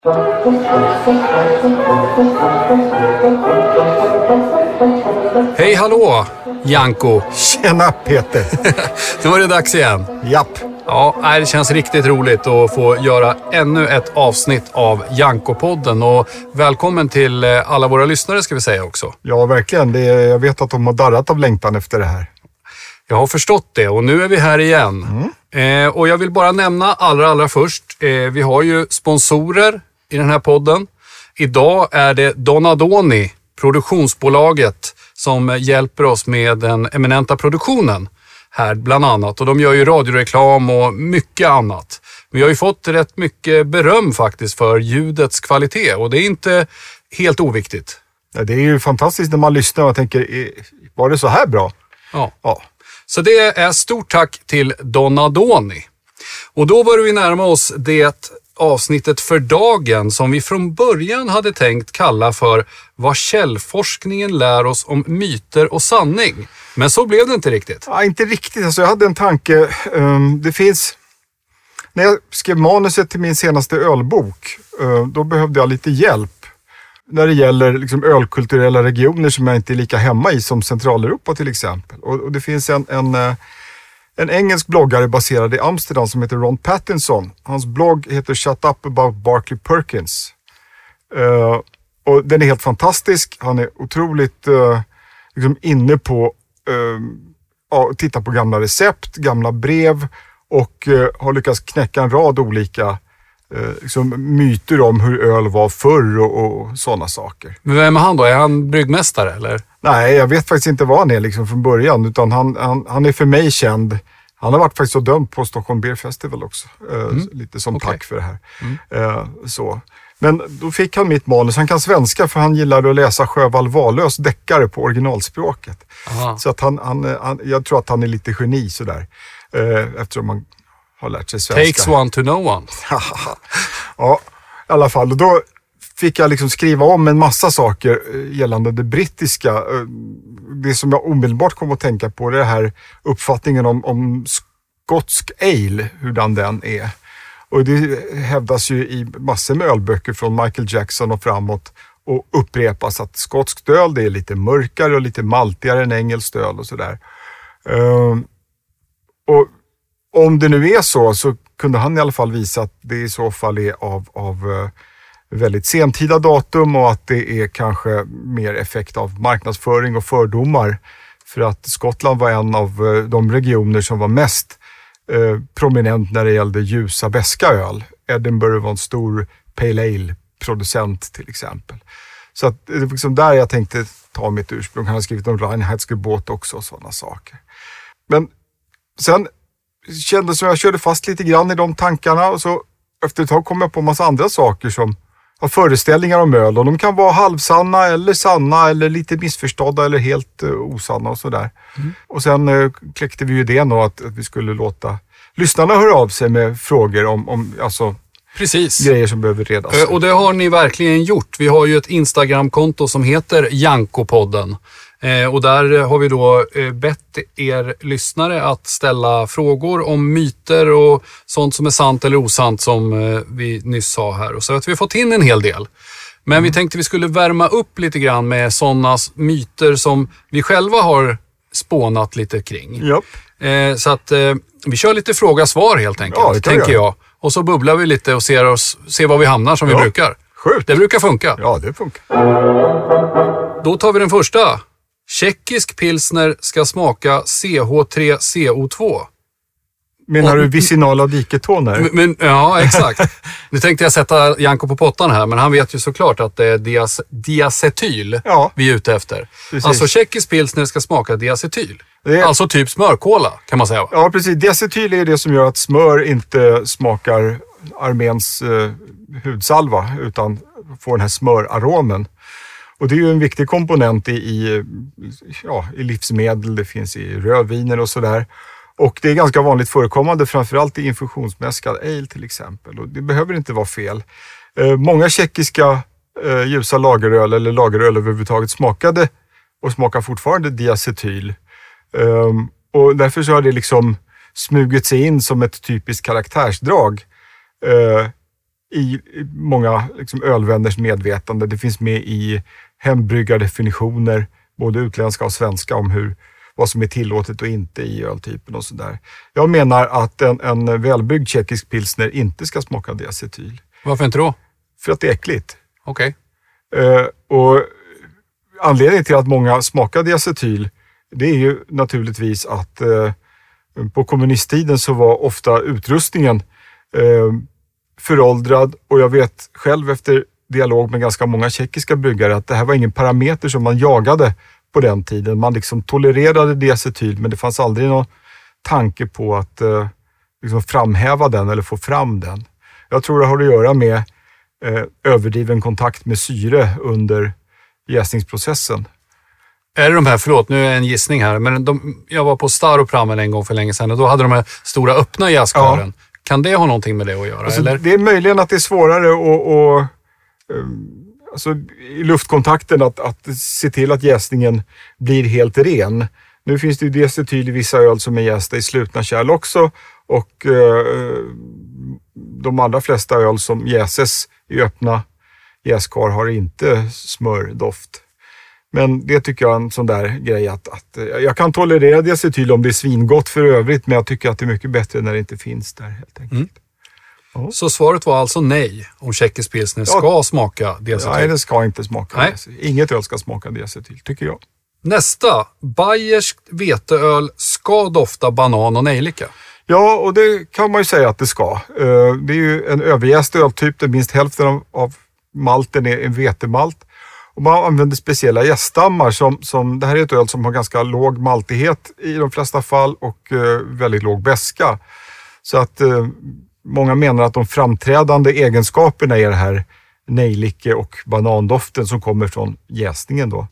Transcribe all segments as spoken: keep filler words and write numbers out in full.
Hej hallå, Janko. Tjena Peter. Nu var det dags igen. Japp. Ja, det känns riktigt roligt att få göra ännu ett avsnitt av Janko-podden. Och välkommen till alla våra lyssnare ska vi säga också. Ja, verkligen. Det är, jag vet att de har darrat av längtan efter det här. Jag har förstått det och nu är vi här igen. Mm. Eh, och jag vill bara nämna allra, allra först. Eh, vi har ju sponsorer i den här podden. Idag är det Donadoni, produktionsbolaget, som hjälper oss med den eminenta produktionen här bland annat. Och de gör ju radioreklam och mycket annat. Vi har ju fått rätt mycket beröm faktiskt för ljudets kvalitet och det är inte helt oviktigt. Ja, det är ju fantastiskt när man lyssnar och tänker, var det så här bra? Ja. ja. Så det är stort tack till Donadoni. Och då börjar vi närma oss det avsnittet för dagen som vi från början hade tänkt kalla för vad källforskningen lär oss om myter och sanning. Men så blev det inte riktigt. Ja, inte riktigt. Alltså, jag hade en tanke. Um, det finns... När jag skrev manuset till min senaste ölbok, uh, då behövde jag lite hjälp. När det gäller liksom, ölkulturella regioner som jag inte är lika hemma i som Centraleuropa till exempel. Och, och det finns en... en uh, En engelsk bloggare baserad i Amsterdam som heter Ron Pattinson. Hans blogg heter Shut Up About Barclay Perkins. Uh, och den är helt fantastisk. Han är otroligt uh, liksom inne på att uh, titta på gamla recept, gamla brev och uh, har lyckats knäcka en rad olika uh, liksom, myter om hur öl var förr och, och sådana saker. Men vem är han då? Är han bryggmästare eller? Nej, jag vet faktiskt inte vad han är liksom från början, utan han, han, han är för mig känd. Han har varit faktiskt så dömd på Stockholm Beer Festival också, mm. eh, lite som okay. tack för det här. Mm. Eh, så. Men då fick han mitt manus. Han kan svenska för han gillade att läsa Sjöwall Wahlöös deckare på originalspråket. Aha. Så att han, han, han, jag tror att han är lite geni sådär, eh, eftersom man har lärt sig svenska. Takes one to know one. Ja, i alla fall. Och då fick jag liksom skriva om en massa saker gällande det brittiska. Det som jag omedelbart kom att tänka på är det här uppfattningen om, om skotsk ale, hurdan den är. Och det hävdas ju i massor med ölböcker från Michael Jackson och framåt och upprepas att skotsk öl det är lite mörkare och lite maltigare än engelsk öl och sådär. Och om det nu är så så kunde han i alla fall visa att det i så fall är av... av väldigt sentida datum och att det är kanske mer effekt av marknadsföring och fördomar. För att Skottland var en av de regioner som var mest eh, prominent när det gällde ljusa beska öl. Edinburgh var en stor pale ale-producent till exempel. Så att det var liksom där jag tänkte ta mitt ursprung. Han har skrivit om Reinheitsgebot också och sådana saker. Men sen kändes det som jag körde fast lite grann i de tankarna och så efter ett tag kom jag på en massa andra saker som har föreställningar om öl och de kan vara halvsanna eller sanna eller lite missförstådda eller helt uh, osanna och sådär. Mm. Och sen uh, kläckte vi ju det då att, att vi skulle låta lyssnarna höra av sig med frågor om, om alltså, precis. Grejer som behöver redas. Uh, och det har ni verkligen gjort. Vi har ju ett Instagramkonto som heter Janko-podden. Eh, och där har vi då eh, bett er lyssnare att ställa frågor om myter och sånt som är sant eller osant som eh, vi nyss sa här. Och så att vi har fått in en hel del. Men mm. vi tänkte vi skulle värma upp lite grann med sådana myter som vi själva har spånat lite kring. Yep. Eh, så att eh, vi kör lite fråga-svar helt enkelt, ja, tänker jag. Och så bubblar vi lite och ser, oss, ser var vi hamnar som ja. vi brukar. Sjukt. Det brukar funka. Ja, det funkar. Då tar vi den första. Tjeckisk pilsner ska smaka C H tre C O två. Menar du vicinala diketoner? Men, men, ja, exakt. Nu tänkte jag sätta Janko på pottan här, men han vet ju såklart att det är dias, diacetyl ja. vi är ute efter. Precis. Alltså tjeckisk pilsner ska smaka diacetyl. Är... Alltså typ smörkola kan man säga. Ja, precis. Diacetyl är det som gör att smör inte smakar arméns eh, hudsalva utan får den här smöraromen. Och det är ju en viktig komponent i, i, ja, i livsmedel, det finns i rödviner och sådär. Och det är ganska vanligt förekommande, framförallt i infusionsmäskad ale till exempel. Och det behöver inte vara fel. Eh, många tjeckiska eh, ljusa lageröl eller lageröl överhuvudtaget smakade och smakar fortfarande diacetyl. Eh, och därför så har det liksom smugit sig in som ett typiskt karaktärsdrag. Eh, i många liksom, ölvänners medvetande. Det finns med i hembrygardefinitioner, både utländska och svenska, om hur, vad som är tillåtet och inte i öltypen och sådär. Jag menar att en, en välbryggd tjeckisk pilsner inte ska smaka diacetyl. Varför inte då? För att det är äckligt. Okej. Okay. Uh, och anledningen till att många smakar diacetyl, det är ju naturligtvis att uh, på kommunisttiden så var ofta utrustningen uh, föråldrad, och jag vet själv efter dialog med ganska många tjeckiska bryggare att det här var ingen parameter som man jagade på den tiden. Man liksom tolererade diacetyl, men det fanns aldrig någon tanke på att uh, liksom framhäva den eller få fram den. Jag tror det har att göra med uh, överdriven kontakt med syre under jäsningsprocessen. Är det de här, förlåt, nu är det en gissning här, men de, jag var på Staroprammen en gång för länge sedan och då hade de här stora öppna jäskören. Ja. Kan det ha någonting med det att göra? Alltså, eller? Det är möjligen att det är svårare att, och, um, alltså, i luftkontakten att, att se till att jäsningen blir helt ren. Nu finns det ju diacetyl i vissa öl som är jästa i slutna kärl också, och uh, de allra flesta öl som jäses i öppna jäskar har inte smördoft. Men det tycker jag är en sån där grej att, att jag kan tolerera diacetyl om det är svingott för övrigt, men jag tycker att det är mycket bättre när det inte finns där helt enkelt. Mm. Ja. Så svaret var alltså nej om tjeckisk pilsner ska ja. smaka diacetyl? Nej, det ska inte smaka nej. diacetyl. Inget öl ska smaka diacetyl, tycker jag. Nästa, bayerskt veteöl ska dofta banan och nejlika. Ja, och det kan man ju säga att det ska. Det är ju en överjäst öltyp där minst hälften av malten är en vetemalt. Och man använder speciella jäststammar som, som, det här är ett öl som har ganska låg maltighet i de flesta fall och eh, väldigt låg beska. Så att eh, många menar att de framträdande egenskaperna är det här nejlike och banandoften som kommer från jäsningen då.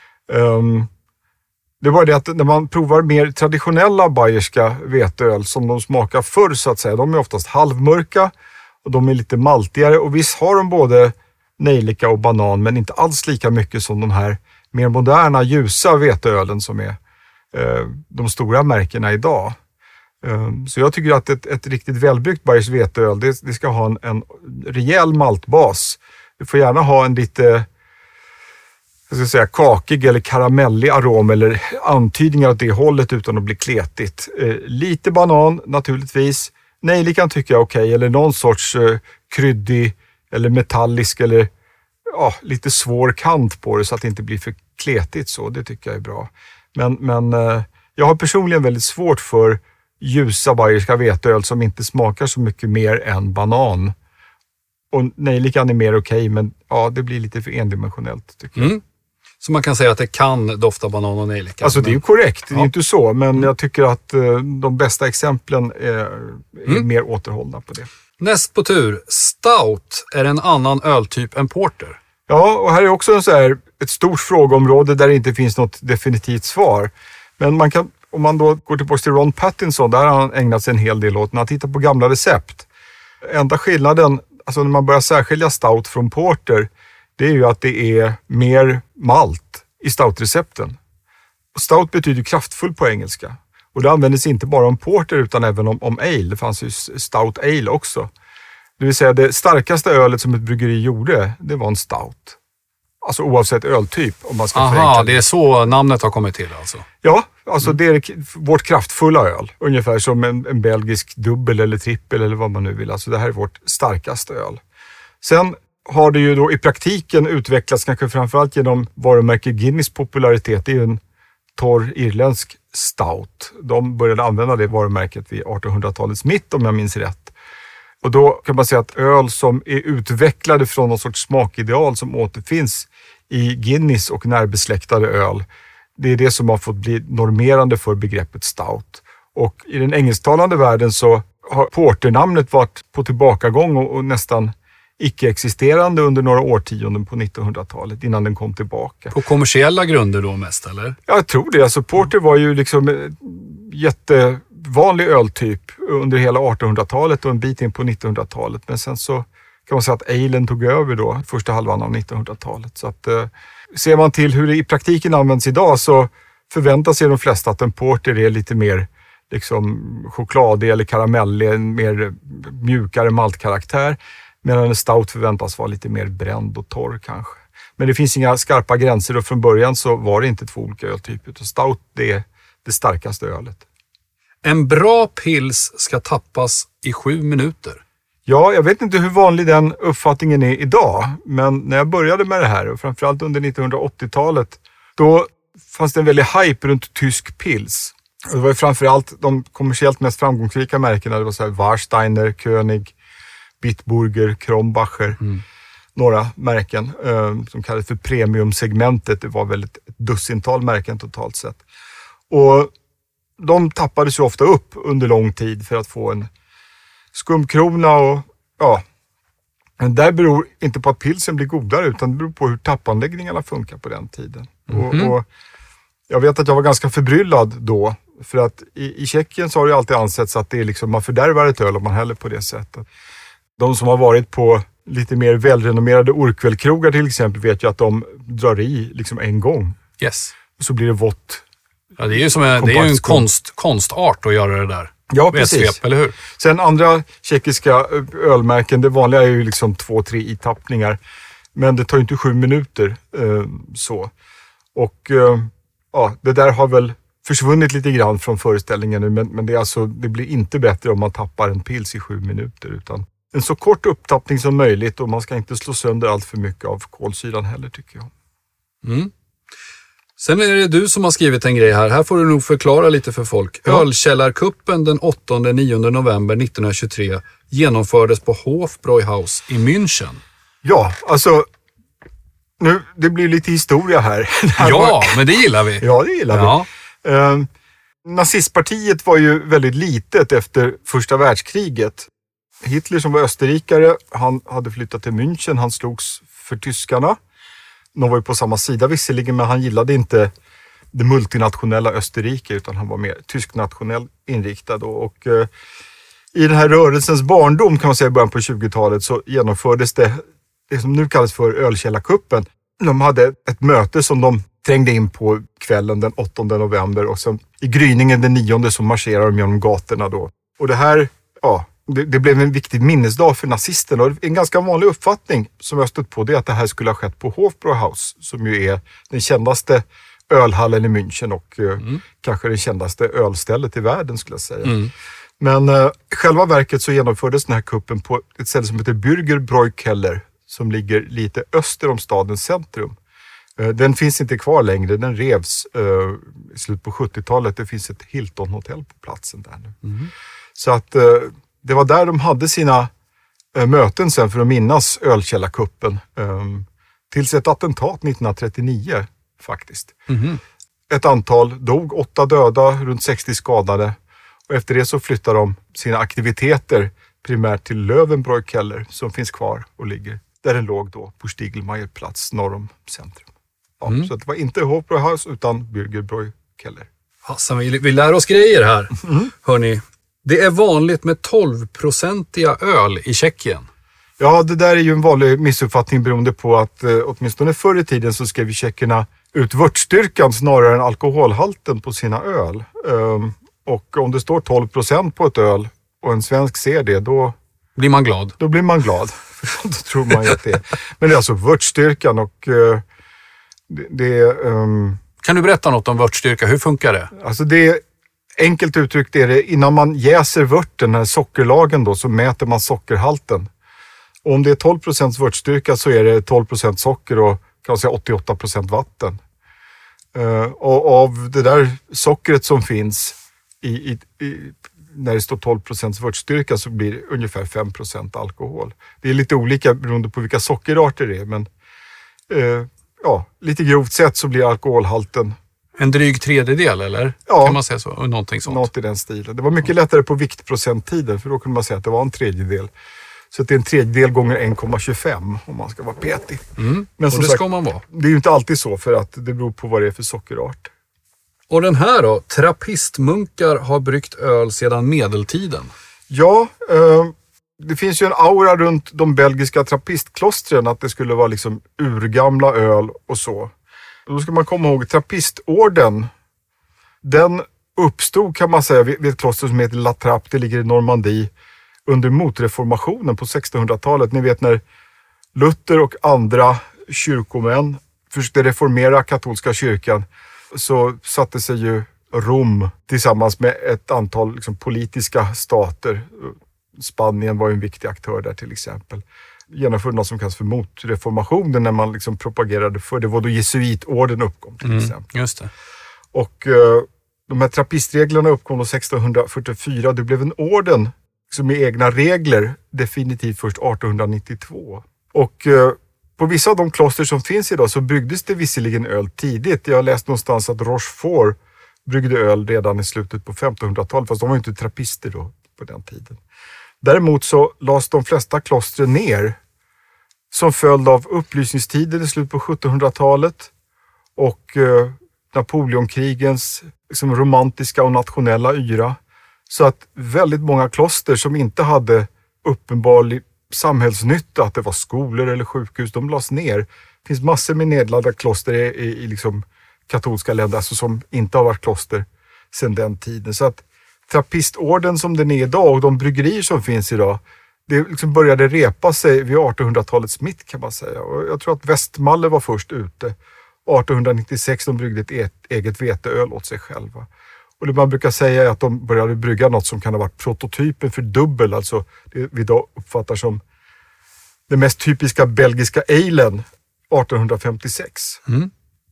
Um, det var det att när man provar mer traditionella bayerska veteöl som de smakar förr så att säga, de är oftast halvmörka och de är lite maltigare, och visst har de både nejlika och banan, men inte alls lika mycket som de här mer moderna ljusa veteölen som är eh, de stora märkena idag. Eh, så jag tycker att ett, ett riktigt välbryggt bayerskt veteöl, det, det ska ha en, en rejäl maltbas. Det får gärna ha en lite, jag ska säga, kakig eller karamellig arom eller antydningar åt det hållet utan att bli kletigt. Eh, lite banan naturligtvis. Nejlikan tycker jag är okej, eller någon sorts eh, kryddig eller metallisk eller ja, lite svår kant på det så att det inte blir för kletigt så. Det tycker jag är bra. Men, men eh, jag har personligen väldigt svårt för ljusa bayerska veteöl som inte smakar så mycket mer än banan. Och nejlikan är mer okej, men ja, det blir lite för endimensionellt tycker mm. jag. Så man kan säga att det kan dofta banan och nejlika? Alltså men... det är ju korrekt, det är ja. inte så. Men mm. jag tycker att eh, de bästa exemplen är, är mm. mer återhållna på det. Näst på tur, stout är en annan öltyp än porter. Ja, och här är också en så här, ett stort frågeområde där det inte finns något definitivt svar. Men man kan, om man då går tillbaka till Ron Pattinson, där har han ägnat sig en hel del åt när han tittar på gamla recept. Enda skillnaden, alltså när man börjar särskilja stout från porter, det är ju att det är mer malt i stoutrecepten. Och stout betyder kraftfull på engelska. Och det användes inte bara om porter utan även om, om ale. Det fanns ju stout ale också. Det vill säga det starkaste ölet som ett bryggeri gjorde, det var en stout. Alltså oavsett öltyp om man ska förenkla. Aha, det är så namnet har kommit till alltså? Ja, alltså mm. det är vårt kraftfulla öl. Ungefär som en, en belgisk dubbel eller trippel eller vad man nu vill. Alltså det här är vårt starkaste öl. Sen har det ju då i praktiken utvecklats kanske framförallt genom varumärket Guinness popularitet. Det är ju en torr irländsk stout. De började använda det varumärket vid artonhundratalets mitt om jag minns rätt. Och då kan man säga att öl som är utvecklade från någon sorts smakideal som återfinns i Guinness och närbesläktade öl, det är det som har fått bli normerande för begreppet stout. Och i den engelsktalande världen så har porternamnet varit på tillbakagång och, och nästan icke-existerande under några årtionden på nittonhundratalet innan den kom tillbaka. På kommersiella grunder då mest, eller? Jag tror det. Alltså porter var ju liksom jättevanlig öltyp under hela artonhundratalet och en bit in på nittonhundratalet. Men sen så kan man säga att alen tog över då första halvan av nittonhundratalet. Så att eh, ser man till hur det i praktiken används idag så förväntar sig de flesta att en porter är lite mer liksom chokladig eller karamellig, en mer mjukare maltkaraktär. Medan en stout förväntas vara lite mer bränd och torr kanske. Men det finns inga skarpa gränser och från början så var det inte två olika öltyper. Och stout det är det starkaste ölet. En bra pils ska tappas i sju minuter. Ja, jag vet inte hur vanlig den uppfattningen är idag. Men när jag började med det här och framförallt under nittonhundraåttiotalet då fanns det en väldig hype runt tysk pils. Och det var ju framförallt de kommersiellt mest framgångsrika märkena. Det var så här Warsteiner, König, Bitburger, Krombacher. Mm. Några märken eh, som kallades för premiumsegmentet. Det var väl ett, ett dussintal märken totalt sett. Och de tappades ju ofta upp under lång tid för att få en skumkrona och ja. Men det beror inte på att pilsen blir godare utan det beror på hur tappanläggningarna funkar på den tiden. Mm-hmm. Och, och jag vet att jag var ganska förbryllad då. För att i, i Tjeckien så har det alltid ansetts att det är liksom, man fördärvar ett öl om man häller på det sättet. De som har varit på lite mer välrenommerade Orkvällkrogar till exempel vet ju att de drar i liksom en gång. Yes. Och så blir det vått. Ja, det är ju som en, det är ju en konst, konstart att göra det där. Ja, precis. Svep, eller hur? Sen andra tjeckiska ölmärken, det vanliga är ju liksom två, tre itappningar. Men det tar ju inte sju minuter eh, så. Och eh, ja, det där har väl försvunnit lite grann från föreställningen nu. Men, men det, är alltså, det blir inte bättre om man tappar en pils i sju minuter utan en så kort upptappning som möjligt och man ska inte slå sönder allt för mycket av kolsyran heller tycker jag. Mm. Sen är det du som har skrivit en grej här. Här får du nog förklara lite för folk. Ja. Ölkällarkuppen den åttonde till nionde november nittonhundratjugotre genomfördes på Hofbräuhaus i München. Ja, alltså nu, det blir lite historia här. här ja, var... men det gillar vi. Ja, det gillar ja. vi. Uh, nazistpartiet var ju väldigt litet efter första världskriget. Hitler som var österrikare, han hade flyttat till München, han slogs för tyskarna. De var ju på samma sida visserligen, men han gillade inte det multinationella Österrike utan han var mer tysknationell inriktad. Och eh, i den här rörelsens barndom kan man säga i början på tjugotalet så genomfördes det, det som nu kallas för Ölkällarkuppen. De hade ett möte som de trängde in på kvällen den åttonde november och sen i gryningen den nionde så marscherade de genom gatorna då. Och det här, ja... Det, det blev en viktig minnesdag för nazisterna och en ganska vanlig uppfattning som jag stött på det är att det här skulle ha skett på Hofbräuhaus som ju är den kändaste ölhallen i München och mm. eh, kanske det kändaste ölstället i världen skulle jag säga. Mm. Men eh, själva verket så genomfördes den här kuppen på ett ställe som heter Bürgerbräukeller som ligger lite öster om stadens centrum. Eh, den finns inte kvar längre, den revs eh, i slutet på sjuttiotalet. Det finns ett Hilton-hotell på platsen där nu. Mm. Så att eh, det var där de hade sina äh, möten sen för att minnas Ölkällarkuppen. Ähm, tills ett attentat nittonhundratrettionio faktiskt. Mm-hmm. Ett antal dog, åtta döda, runt sextio skadade. Och efter det så flyttade de sina aktiviteter primärt till Löwenbräukeller som finns kvar och ligger där den låg då på Stiegelmeierplatz norr om centrum. Ja, mm. Så det var inte Hofbräuhaus utan Bürgerbräukeller. Alltså, vi, vi lär oss grejer här, mm. hörni. Det är vanligt med tolv-procentiga öl i Tjeckien. Ja, det där är ju en vanlig missuppfattning beroende på att eh, åtminstone förr i tiden så skrev tjeckerna ut vörtstyrkan snarare än alkoholhalten på sina öl. Um, och om det står tolv procent på ett öl och en svensk ser det, då blir man glad. Då blir man glad. Då tror man ju att det är. Men det är alltså vörtstyrkan och uh, det, det är... Um, kan du berätta något om vörtstyrka? Hur funkar det? Alltså det är... Enkelt uttryckt är det, innan man jäser vörten, den här sockerlagen då, så mäter man sockerhalten. Och om det är tolv procent vörtstyrka så är det tolv procent socker och kan man säga åttioåtta procent vatten. Uh, och av det där sockret som finns i, i, i, när det står tolv procent vörtstyrka så blir det ungefär fem procent alkohol. Det är lite olika beroende på vilka sockerarter det är, men uh, ja, lite grovt sett så blir alkoholhalten en dryg tredjedel, eller? Ja, kan man säga så? Någonting sånt. Något i den stilen. Det var mycket lättare på viktprocenttiden för då kunde man säga att det var en tredjedel. Så att det är en tredjedel gånger en komma tjugofem om man ska vara petig. Mm. Men och det sagt, ska man vara. Det är ju inte alltid så för att det beror på vad det är för sockerart. Och den här då? Trappistmunkar har bryggt öl sedan medeltiden. Ja, eh, det finns ju en aura runt de belgiska trappistklostren att det skulle vara liksom urgamla öl och så. Då ska man komma ihåg trappistorden. Den uppstod kan man säga vid ett kloster som heter La Trappe. Det ligger i Normandie. under motreformationen på sextonhundratalet. Ni vet när Luther och andra kyrkomän försökte reformera katolska kyrkan, så satte sig ju Rom tillsammans med ett antal liksom, politiska stater. Spanien var ju en viktig aktör där till exempel. Genomförde något som kallas för motreformationen när man liksom propagerade för det. var då jesuitorden uppkom till Mm, exempel. just det. Och eh, de här trappistreglerna uppkom då sextonhundrafyrtiofyra. Det blev en orden som med egna regler definitivt först artonhundranittiotvå. Och eh, på vissa av de kloster som finns idag så bryggdes det visserligen öl tidigt. Jag har läst någonstans att Rochefort bryggde öl redan i slutet på femtonhundratalet, fast de var ju inte trappister då på den tiden. Däremot så lades de flesta klostren ner som följd av upplysningstiden i slutet på sjuttonhundratalet och eh, Napoleonkrigens liksom, romantiska och nationella yra. Så att väldigt många kloster som inte hade uppenbar samhällsnytta, att det var skolor eller sjukhus, de lades ner. Det finns massor med nedlagda kloster i, i, i liksom katolska länder, alltså som inte har varit kloster sedan den tiden. Så att trappistorden som den är idag och de bryggerier som finns idag, det liksom började repa sig vid artonhundratalets mitt kan man säga. Och jag tror att Västmalle var först ute. artonhundranittiosex de bryggde ett e- eget veteöl åt sig själva. Och det man brukar säga är att de började brygga något som kan ha varit prototypen för dubbel, alltså det vi idag uppfattar som den mest typiska belgiska alen artonhundrafemtiosex. Mm.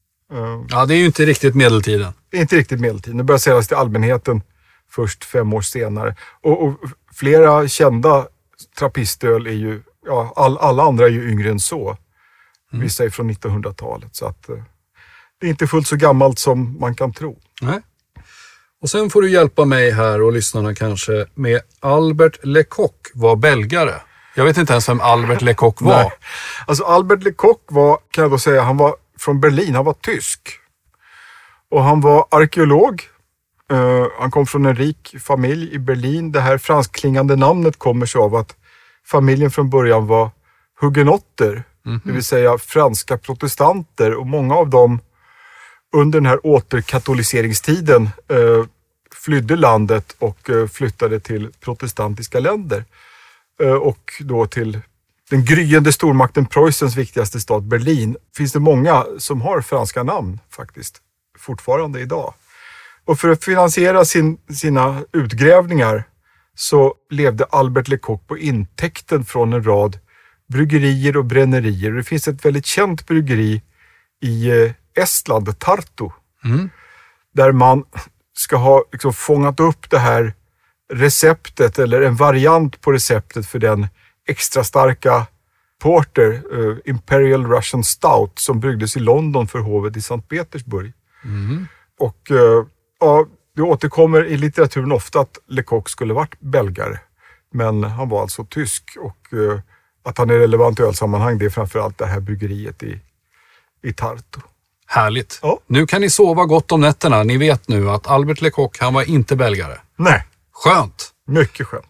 Uh, Ja, det är ju inte riktigt medeltiden. Det är inte riktigt medeltid. Det börjar säljas till allmänheten först fem år senare. Och, och flera kända trappistöl är ju, ja, all, alla andra är ju yngre än så. Mm. Vissa är från nittonhundratalet. Så att uh, det är inte fullt så gammalt som man kan tro. Nej. Och sen får du hjälpa mig här och lyssnarna kanske med Albert Lecoq var belgare. Jag vet inte ens vem Albert Lecoq var. Nej. Alltså Albert Lecoq var, kan jag då säga, han var från Berlin, han var tysk. Och han var arkeolog. Uh, han kom från en rik familj i Berlin. Det här franskklingande namnet kommer sig av att familjen från början var hugenotter. Mm-hmm. Det vill säga franska protestanter. Och många av dem under den här återkatoliseringstiden uh, flydde landet och uh, flyttade till protestantiska länder. Uh, och då till den gryende stormakten Preussens viktigaste stad Berlin. Finns det många som har franska namn faktiskt fortfarande idag. Och för att finansiera sin, sina utgrävningar så levde Albert Lecoq på intäkten från en rad bryggerier och brännerier. Det finns ett väldigt känt bryggeri i Estland, Tartu. Mm. Där man ska ha liksom fångat upp det här receptet eller en variant på receptet för den extra starka porter, uh, Imperial Russian Stout, som bryggdes i London för hovet i Sankt Petersburg. Mm. Och uh, ja, det återkommer i litteraturen ofta att Lecoq skulle varit belgare. Men han var alltså tysk och uh, att han är relevant i ölsammanhang, det är framförallt det här bryggeriet i, i Tartu. Härligt. Ja. Nu kan ni sova gott om nätterna. Ni vet nu att Albert Lecoq, han var inte belgare. Nej. Skönt. Mycket skönt.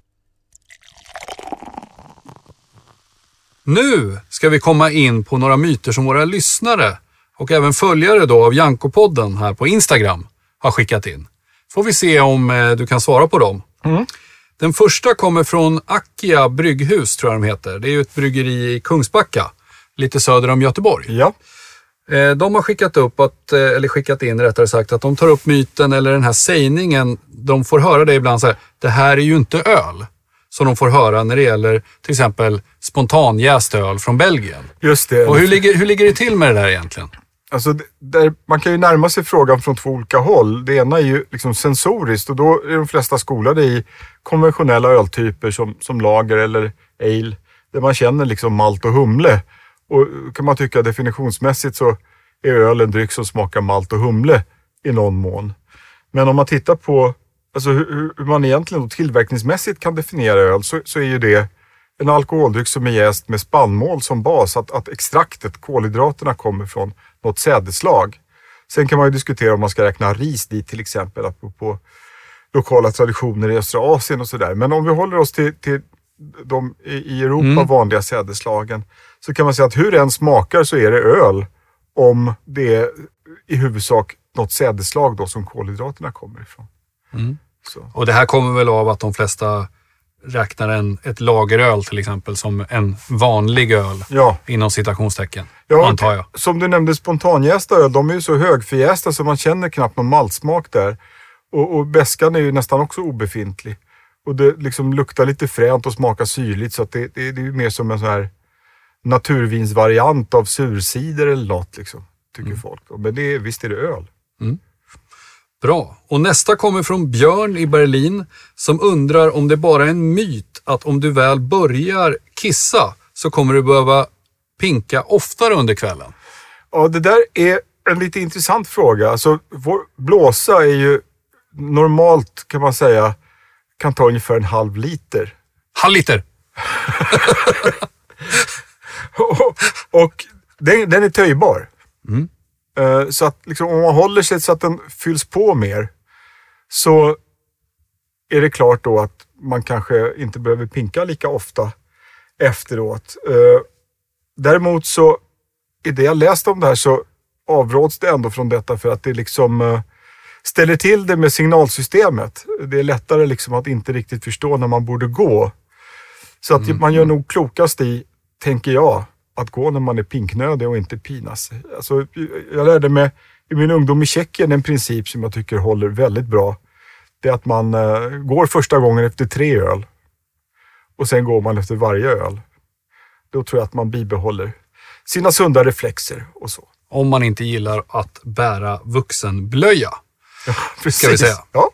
Nu ska vi komma in på några myter som våra lyssnare och även följare då av Janko-podden här på Instagram har skickat in. Får vi se om eh, du kan svara på dem. Mm. Den första kommer från Akia Brygghus, tror jag de heter. Det är ju ett bryggeri i Kungsbacka, lite söder om Göteborg. Ja. Eh, de har skickat upp, att, eh, eller skickat in rättare sagt, att de tar upp myten eller den här sägningen. De får höra det ibland så här, det här är ju inte öl. Som de får höra när det gäller till exempel spontanjäst öl från Belgien. Just det. Och hur ligger, hur ligger det till med det där egentligen? Alltså, där, man kan ju närma sig frågan från två olika håll. Det ena är ju liksom sensoriskt och då är de flesta skolade i konventionella öltyper som, som lager eller ale. Där man känner liksom malt och humle. Och kan man tycka definitionsmässigt så är öl en dryck som smakar malt och humle i någon mån. Men om man tittar på alltså hur, hur man egentligen då tillverkningsmässigt kan definiera öl så, så är ju det en alkoholdryck som är jäst med spannmål som bas. Att, att extraktet, kolhydraterna, kommer från något sädeslag. Sen kan man ju diskutera om man ska räkna ris dit till exempel, apropå lokala traditioner i östra Asien och sådär. Men om vi håller oss till, till de i Europa mm. vanliga sädeslagen så kan man säga att hur den smakar så är det öl om det är i huvudsak något sädeslag då som kolhydraterna kommer ifrån. Mm. Så. Och det här kommer väl av att de flesta räknar en, ett lageröl till exempel som en vanlig öl. Ja. Inom citationstecken, Ja, antar jag. Som du nämnde, spontanjästa öl, de är ju så högförjästa så man känner knappt någon maltsmak där. Och, och bäskan är ju nästan också obefintlig. Och det liksom luktar lite fränt och smakar syrligt, så att det, det, det är ju mer som en sån här naturvinsvariant av surcider eller något liksom, tycker mm. folk. Men det är, visst är det öl. Mm. Bra. Och nästa kommer från Björn i Berlin som undrar om det bara är en myt att om du väl börjar kissa så kommer du behöva pinka oftare under kvällen. Ja, det där är en lite intressant fråga. Alltså, vår blåsa är ju normalt, kan man säga, kan ta ungefär en halv liter. Halv liter? och och den, den är töjbar. Mm. Så att liksom, om man håller sig så att den fylls på mer, så är det klart då att man kanske inte behöver pinka lika ofta efteråt. Däremot så, i det jag läste om det här, så avråds det ändå från detta för att det liksom ställer till det med signalsystemet. Det är lättare liksom att inte riktigt förstå när man borde gå. Så att mm. man gör nog klokast i, tänker jag, att gå när man är pinknödig och inte pinas. Alltså, jag lärde mig i min ungdom i Tjeckien en princip som jag tycker håller väldigt bra. Det är att man uh, går första gången efter tre öl. Och sen går man efter varje öl. Då tror jag att man bibehåller sina sunda reflexer och så. Om man inte gillar att bära vuxenblöja. Ja, precis. Ska vi säga. Ja.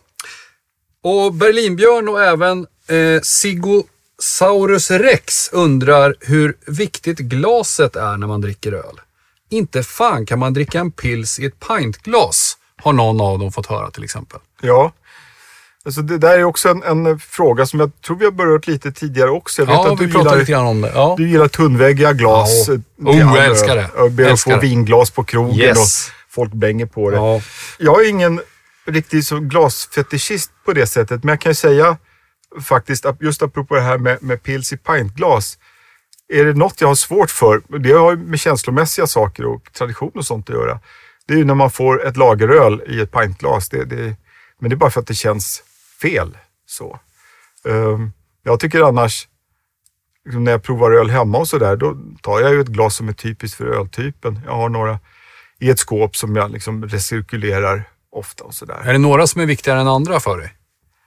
Och Berlinbjörn och även eh, Sigosaurus Rex undrar hur viktigt glaset är när man dricker öl. Inte fan kan man dricka en pils i ett pintglas, har någon av dem fått höra till exempel. Ja, alltså det där är också en, en fråga som jag tror vi har berört lite tidigare också. Jag vet ja, att vi du pratade gillar, lite grann om det. Ja. Du gillar tunnväggiga glas. Ja. Oh, jag älskar det. Jag ber att få vinglas på krogen yes. och folk bänger på det. Ja. Jag är ingen riktigt så glasfetischist på det sättet, men jag kan ju säga faktiskt att just apropå det här med, med pils i pintglas, är det något jag har svårt för, det har med känslomässiga saker och tradition och sånt att göra, det är ju när man får ett lageröl i ett pintglas. Det, det, men det är bara för att det känns fel. Så. Um, jag tycker annars, liksom när jag provar öl hemma och sådär, då tar jag ju ett glas som är typiskt för öltypen. Jag har några i ett skåp som jag liksom recirkulerar ofta och sådär. Är det några som är viktigare än andra för dig?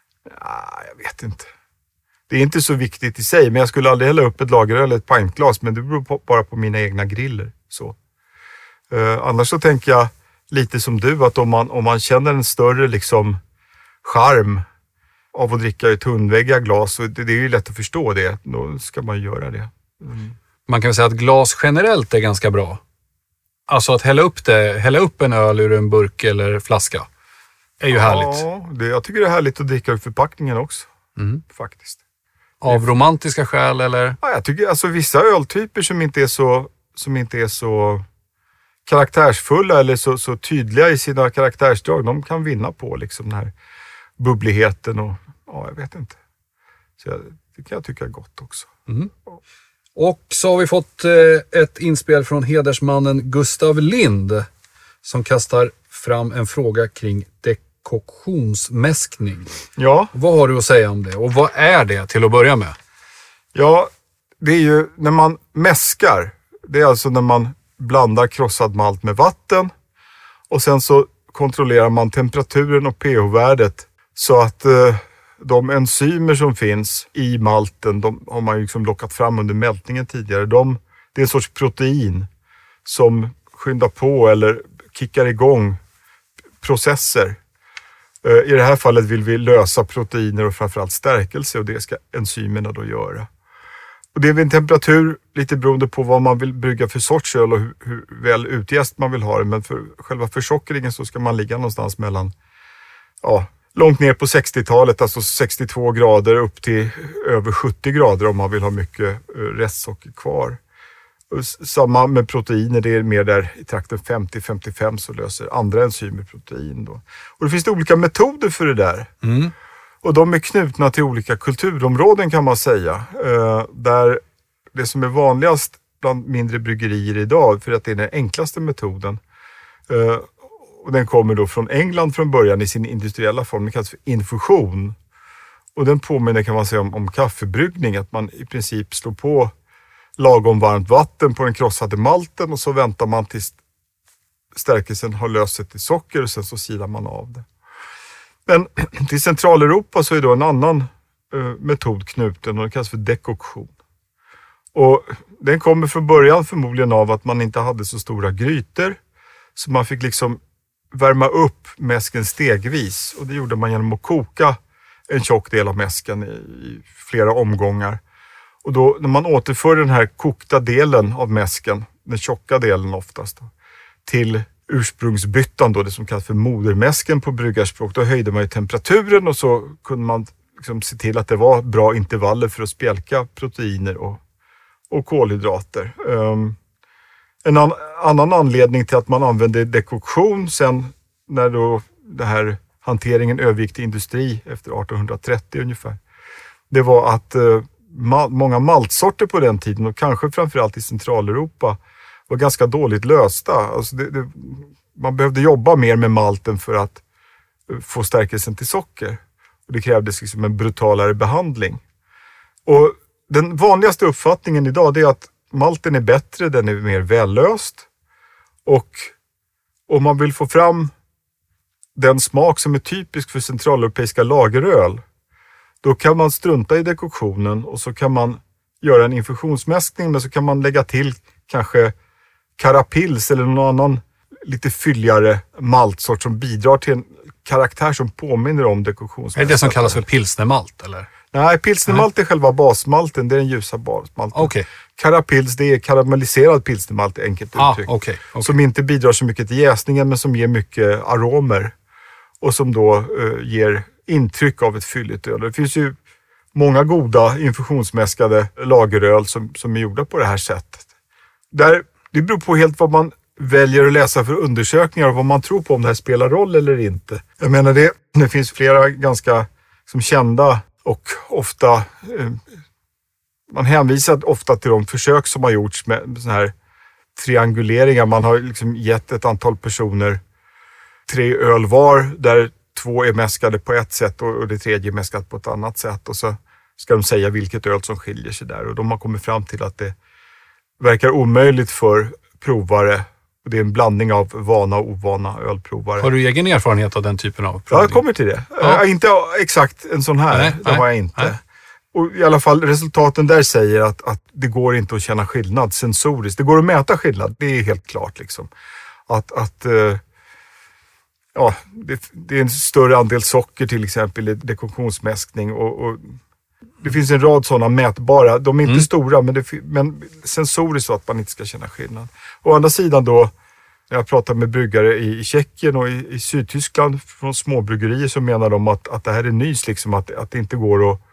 Ja, jag vet inte. Det är inte så viktigt i sig, men jag skulle aldrig hälla upp ett lageröl i ett pintglas, men det beror på, bara på mina egna griller. Så. Uh, annars så tänker jag lite som du, att om man, om man känner en större liksom charm av att dricka i tunnväggiga glas, så det, det är ju lätt att förstå det. Då ska man göra det. Mm. Man kan väl säga att glas generellt är ganska bra. Alltså att hälla upp, det, hälla upp en öl ur en burk eller flaska är ju ja, härligt. Ja, jag tycker det är härligt att dricka ur förpackningen också. Mm. Faktiskt. Av romantiska skäl eller? Ja, jag tycker alltså vissa öltyper som inte är så, som inte är så karaktärsfulla eller så, så tydliga i sina karaktärsdrag, de kan vinna på liksom den här bubbligheten och ja, jag vet inte. Så jag, det kan jag tycka är gott också. Mm. Och så har vi fått eh, ett inspel från hedersmannen Gustav Lind som kastar fram en fråga kring dekoktionsmäskning. Ja. Vad har du att säga om det? Och vad är det till att börja med? Ja, det är ju när man mäskar. Det är alltså när man blandar krossad malt med vatten och sen så kontrollerar man temperaturen och pH-värdet så att eh, de enzymer som finns i malten, de har man ju liksom lockat fram under mältningen tidigare. De, det är en sorts protein som skyndar på eller kickar igång processer. I det här fallet vill vi lösa proteiner och framförallt stärkelse och det ska enzymerna då göra. Och det är vid en temperatur lite beroende på vad man vill brygga för sorts öl och hur, hur väl utjäst man vill ha det. Men för själva försockringen så ska man ligga någonstans mellan, ja, långt ner på sextiotalet, alltså sextiotvå grader upp till över sjuttio grader om man vill ha mycket restsocker kvar. Och samma med proteiner, det är mer där i trakten femtio till femtiofem så löser andra enzymer protein då. Och det finns det olika metoder för det där. Mm. Och de är knutna till olika kulturområden kan man säga. Eh, där det som är vanligast bland mindre bryggerier idag, för att det är den enklaste metoden. Eh, och den kommer då från England från början i sin industriella form. Det kallas för infusion. Och den påminner kan man säga om, om kaffebryggning. Att man i princip slår på lagom varmt vatten på den krossade malten och så väntar man tills stärkelsen har löst sig till socker och sen så silar man av det. Men till Centraleuropa så är då en annan uh, metod knuten och det kallas för dekoktion. Och den kommer från början förmodligen av att man inte hade så stora grytor. Så man fick liksom värma upp mäsken stegvis. Och det gjorde man genom att koka en tjock del av mäsken i, i flera omgångar. Och då när man återför den här kokta delen av mäsken, den tjocka delen oftast, då, till ursprungsbyttan då, det som kallas för modermäsken på bryggarspråk, då höjde man ju temperaturen och så kunde man liksom se till att det var bra intervaller för att spjälka proteiner och, och kolhydrater. Um, en an, annan anledning till att man använde dekoktion sen när då det här hanteringen övergick till industri efter artonhundratrettio ungefär, det var att uh, ma- många maltsorter på den tiden och kanske framförallt i Centraleuropa var ganska dåligt lösta. Alltså det, det, man behövde jobba mer med malten för att få stärkelsen till socker. Och det krävdes liksom en brutalare behandling. Och den vanligaste uppfattningen idag det är att malten är bättre, den är mer vällöst. Och om man vill få fram den smak som är typisk för centraleuropeiska lageröl, då kan man strunta i dekoktionen och så kan man göra en infusionsmäskning, men så kan man lägga till kanske karapils eller någon annan lite fylligare maltsort som bidrar till en karaktär som påminner om dekoktionsmäskning. Är det det som kallas för pilsnermalt eller? Nej, pilsnermalt är själva basmalten, det är den ljusa basmalten. Okay. Karapils, det är karamelliserad pilsnermalt, enkelt ah, uttryck. Okay, okay. Som inte bidrar så mycket till jäsningen men som ger mycket aromer. Och som då uh, ger intryck av ett fylligt öl. Det finns ju många goda infusionsmäskade lageröl som, som är gjorda på det här sättet. Där, det beror på helt vad man väljer att läsa för undersökningar och vad man tror på om det här spelar roll eller inte. Jag menar det, det finns flera ganska som kända och ofta, eh, man hänvisar ofta till de försök som har gjorts med, med såna här trianguleringar. Man har liksom gett ett antal personer tre öl var där två är mäskade på ett sätt och, och det tredje är mäskat på ett annat sätt. Och så ska de säga vilket öl som skiljer sig där. Och de har kommit fram till att det verkar omöjligt för provare. Och det är en blandning av vana och ovana ölprovare. Har du egen erfarenhet av den typen av provning? Ja, jag kommer till det. Ja. Äh, inte exakt en sån här, nej, det nej, har jag inte. Nej. Och i alla fall resultaten där säger att, att det går inte att känna skillnad sensoriskt. Det går att mäta skillnad, det är helt klart liksom. Att, att uh, ja, det, det är en större andel socker till exempel i dekoktionsmäskning och, och det finns en rad sådana mätbara. De är inte mm. stora, men, det, men sensoriskt så att man inte ska känna skillnad. Å andra sidan då, när jag pratar med bryggare i, i Tjeckien och i, i Sydtyskland från småbryggerier så menar de att, att det här är nys, liksom, att, att det inte går att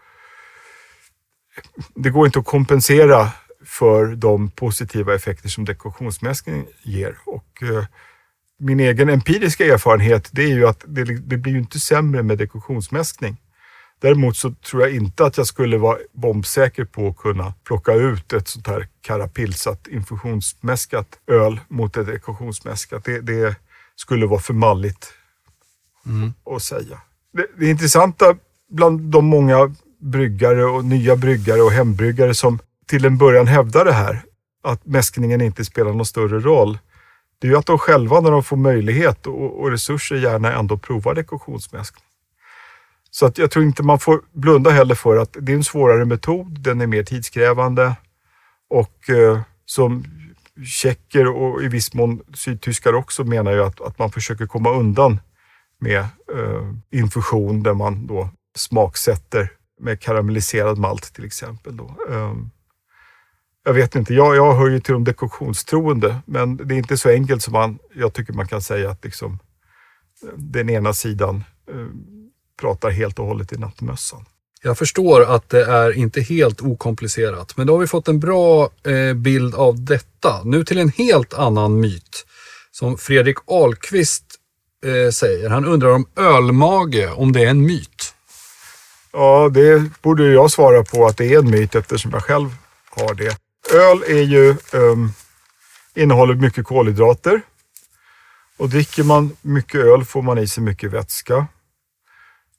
det går inte att kompensera för de positiva effekter som dekoktionsmäskning ger. Och eh, min egen empiriska erfarenhet det är ju att det, det blir ju inte sämre med dekoktionsmäskning. Däremot så tror jag inte att jag skulle vara bombsäker på att kunna plocka ut ett sånt här karapilsat infusionsmäskat öl mot ett dekoktionsmäskat. Det, det skulle vara för malligt mm. att säga. Det, det intressanta bland de många bryggare och nya bryggare och hembryggare som till en början hävdar det här, att mäskningen inte spelar någon större roll, det är ju att de själva när de får möjlighet och, och resurser gärna ändå provar dekoktionsmäskning. Så att jag tror inte man får blunda heller för att det är en svårare metod, den är mer tidskrävande och eh, som tjecker och i viss mån sydtyskar också menar ju att, att man försöker komma undan med eh, infusion där man då smaksätter med karamelliserad malt till exempel. Då. Eh, jag vet inte, jag, jag hör ju till de dekoktionstroende men det är inte så enkelt som man, jag tycker man kan säga att liksom, den ena sidan eh, pratar helt och hållet i nattmössan. Jag förstår att det är inte helt okomplicerat, men då har vi fått en bra eh, bild av detta. Nu till en helt annan myt som Fredrik Ahlqvist eh, säger. Han undrar om ölmage, om det är en myt. Ja, det borde jag svara på att det är en myt eftersom jag själv har det. Öl är ju, um, innehåller mycket kolhydrater och dricker man mycket öl får man i sig mycket vätska.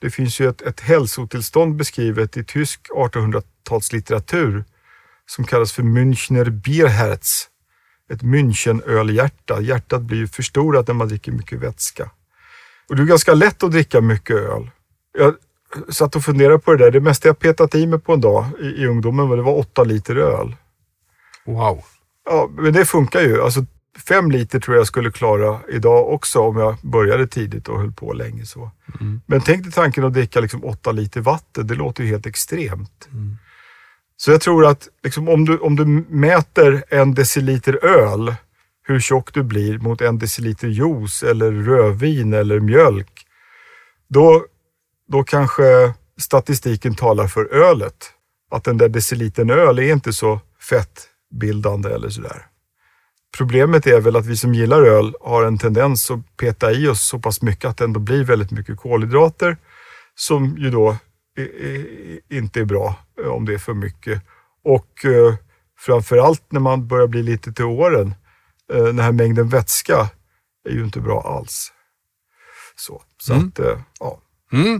Det finns ju ett, ett hälsotillstånd beskrivet i tysk artonhundratalslitteratur som kallas för Münchner Bierherz. Ett Münchenölhjärta. Hjärtat blir ju förstorat när man dricker mycket vätska. Och det är ganska lätt att dricka mycket öl. Jag satt och funderade på det där. Det mesta jag petat i mig på en dag i, i ungdomen var det var åtta liter öl. Wow. Ja, men det funkar ju. Alltså fem liter tror jag skulle klara idag också om jag började tidigt och höll på länge så. Mm. Men tänk dig tanken att dricka liksom åtta liter vatten. Det låter ju helt extremt. Mm. Så jag tror att liksom, om, du, om du mäter en deciliter öl, hur tjock du blir mot en deciliter juice eller rödvin eller mjölk, då, då kanske statistiken talar för ölet. Att den där decilitern öl är inte så fettbildande eller sådär. Problemet är väl att vi som gillar öl har en tendens att peta i oss så pass mycket att det ändå blir väldigt mycket kolhydrater som ju då är, är, inte är bra om det är för mycket. Och eh, framförallt när man börjar bli lite till åren, eh, den här mängden vätska är ju inte bra alls. Så, så mm. att, eh, ja. Mm.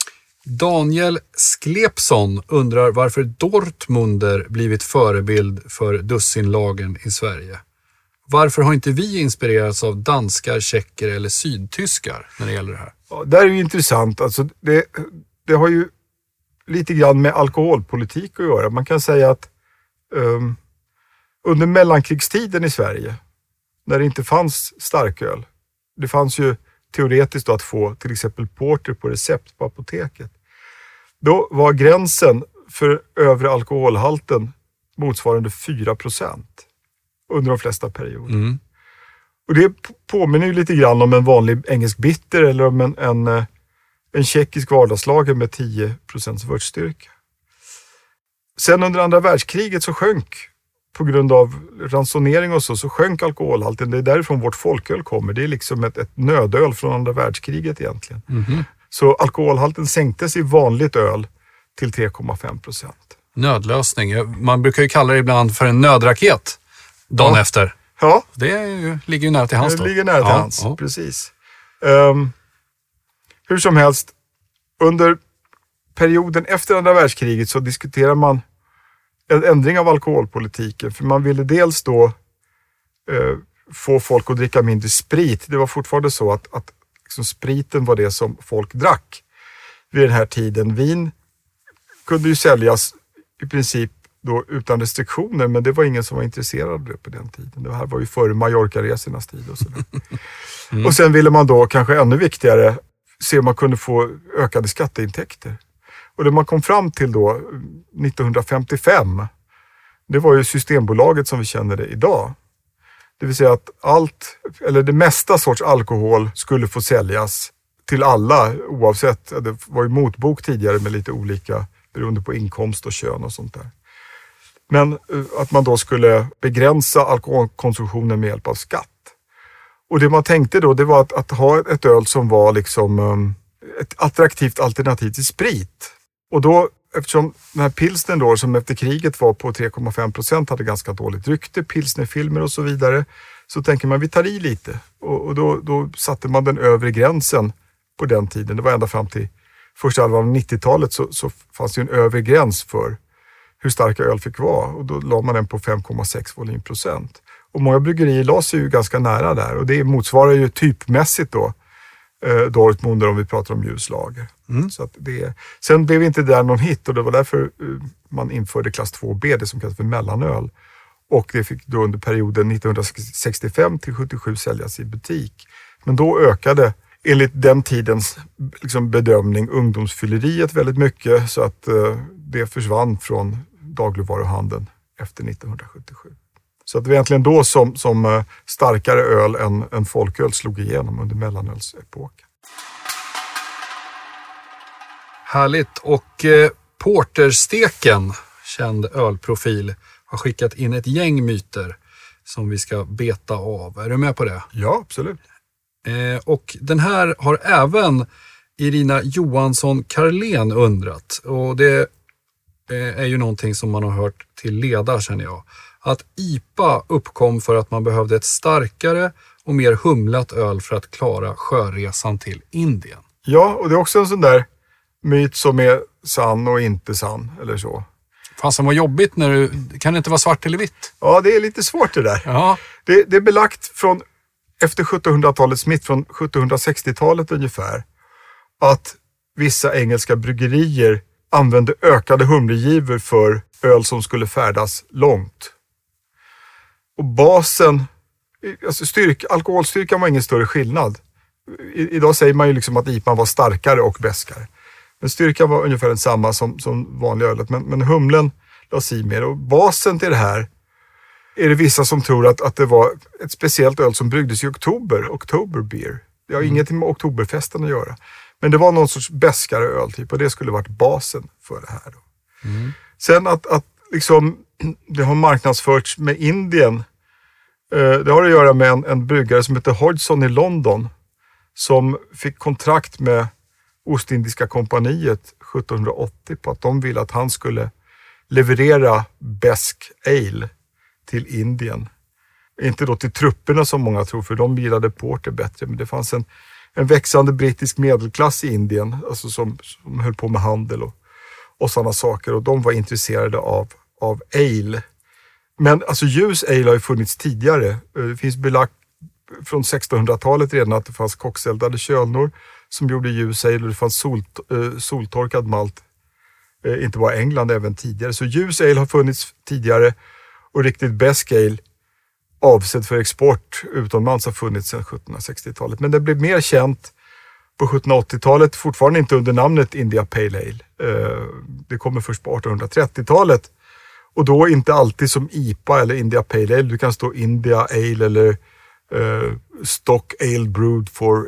Daniel Sklepsson undrar varför Dortmunder blivit förebild för dussinlagen i Sverige. Varför har inte vi inspirerats av danskar, tjecker eller sydtyskar när det gäller det här? Ja, det är ju intressant. Alltså, det, det har ju lite grann med alkoholpolitik att göra. Man kan säga att um, under mellankrigstiden i Sverige, när det inte fanns starköl, det fanns ju teoretiskt då att få till exempel porter på recept på apoteket. Då var gränsen för övre alkoholhalten motsvarande fyra procent under de flesta perioder. Mm. Och det påminner ju lite grann om en vanlig engelsk bitter eller om en, en, en tjeckisk vardagslager med tio procent vörtstyrka. Sen under andra världskriget så sjönk, på grund av ransonering och så, så sjönk alkoholhalten. Det är därifrån vårt folköl kommer. Det är liksom ett, ett nödöl från andra världskriget egentligen. Mm-hmm. Så alkoholhalten sänktes i vanligt öl till tre komma fem procent. Nödlösning. Man brukar ju kalla det ibland för en nödraket dagen ja. efter. Ja. Det är ju, ligger ju nära till hands då. Det ligger nära till ja. hands, ja. precis. Um, hur som helst, under perioden efter andra världskriget så diskuterar man en ändring av alkoholpolitiken. För man ville dels då eh, få folk att dricka mindre sprit. Det var fortfarande så att, att liksom spriten var det som folk drack vid den här tiden. Vin kunde ju säljas i princip då utan restriktioner, men det var ingen som var intresserad av det på den tiden. Det här var ju före Mallorca-resornas tid och sådär. Mm. Och sen ville man då, kanske ännu viktigare, se om man kunde få ökade skatteintäkter. Och det man kom fram till då nittonhundrafemtiofem, det var ju Systembolaget som vi känner det idag. Det vill säga att allt, eller det mesta sorts alkohol skulle få säljas till alla oavsett. Det var ju motbok tidigare med lite olika beroende på inkomst och kön och sånt där. Men att man då skulle begränsa alkoholkonsumtionen med hjälp av skatt. Och det man tänkte då, det var att, att ha ett öl som var liksom um, ett attraktivt alternativ till sprit. Och då, eftersom den här pilsnern då, som efter kriget var på tre komma fem procent, hade ganska dåligt rykte, pilsnerfilmer och så vidare, så tänker man vi tar i lite. Och, och då, då satte man den övre gränsen på den tiden. Det var ända fram till första halvan av nittiotalet så, så fanns det en övre gräns för hur starka öl fick vara. Och då la man den på fem komma sex volymprocent. Och många bryggerier la sig ju ganska nära där. Och det motsvarar ju typmässigt då eh, Dortmunder om vi pratar om ljuslager. Mm. Så att det, sen blev inte det där någon hit och det var därför eh, man införde klass två B, det som kallas för mellanöl. Och det fick då under perioden nittonhundrasextiofem till sjuttiosju säljas i butik. Men då ökade enligt den tidens liksom, bedömning ungdomsfylleriet väldigt mycket så att eh, det försvann från dagligvaruhandeln efter nittonhundrasjuttiosju. Så att det var egentligen då som, som eh, starkare öl än, än folköl slog igenom under mellanölsepoken. Härligt. Och eh, Portersteken, känd ölprofil, har skickat in ett gäng myter som vi ska beta av. Är du med på det? Ja, absolut. Eh, och den här har även Irina Johansson Karlén undrat. Och det eh, är ju någonting som man har hört till leda, känner jag. Att I P A uppkom för att man behövde ett starkare och mer humlat öl för att klara sjöresan till Indien. Ja, och det är också en sån där myt som är sann och inte sann eller så. Fast vad jobbigt när du... Kan det inte vara svart eller vitt? Ja, det är lite svårt det där. Ja. Det, det är belagt från efter sjuttonhundratalets mitt, från sjuttonhundrasextiotalet ungefär, att vissa engelska bryggerier använde ökade humlegivor för öl som skulle färdas långt. Och basen, alltså styrk, alkoholstyrkan var ingen större skillnad. I, idag säger man ju liksom att I P A var starkare och bäskare. Men styrkan var ungefär densamma som, som vanliga ölet. Men, men humlen lades i mer. Och basen till det här är det vissa som tror att, att det var ett speciellt öl som bryggdes i oktober. Oktober beer. Det har mm. ingenting med oktoberfesten att göra. Men det var någon sorts bäskare öl typ. Och det skulle varit basen för det här. Då. Mm. Sen att, att liksom, det har marknadsförts med Indien. Eh, det har att göra med en, en bryggare som heter Hodgson i London. Som fick kontrakt med Ostindiska kompaniet sjuttonhundraåttio på att de ville att han skulle leverera bäsk ale till Indien. Inte då till trupperna som många tror, för de gillade porter bättre. Men det fanns en, en växande brittisk medelklass i Indien, alltså som, som höll på med handel och, och sådana saker. Och de var intresserade av, av ale. Men alltså ljus ale har ju funnits tidigare. Det finns belagt från sextonhundratalet redan att det fanns kockseldade kölnor som gjorde ljus ale, och det fanns sol, uh, soltorkad malt. Uh, inte bara England, även tidigare. Så ljus ale har funnits tidigare, och riktigt bäsk ale avsedd för export utomlands har funnits sedan sjuttonhundrasextiotalet. Men det blev mer känt på sjuttonhundraåttiotalet, fortfarande inte under namnet India Pale Ale. Uh, det kommer först på artonhundratrettiotalet. Och då inte alltid som I P A eller India Pale Ale. Du kan stå India Ale eller uh, Stock Ale Brewed for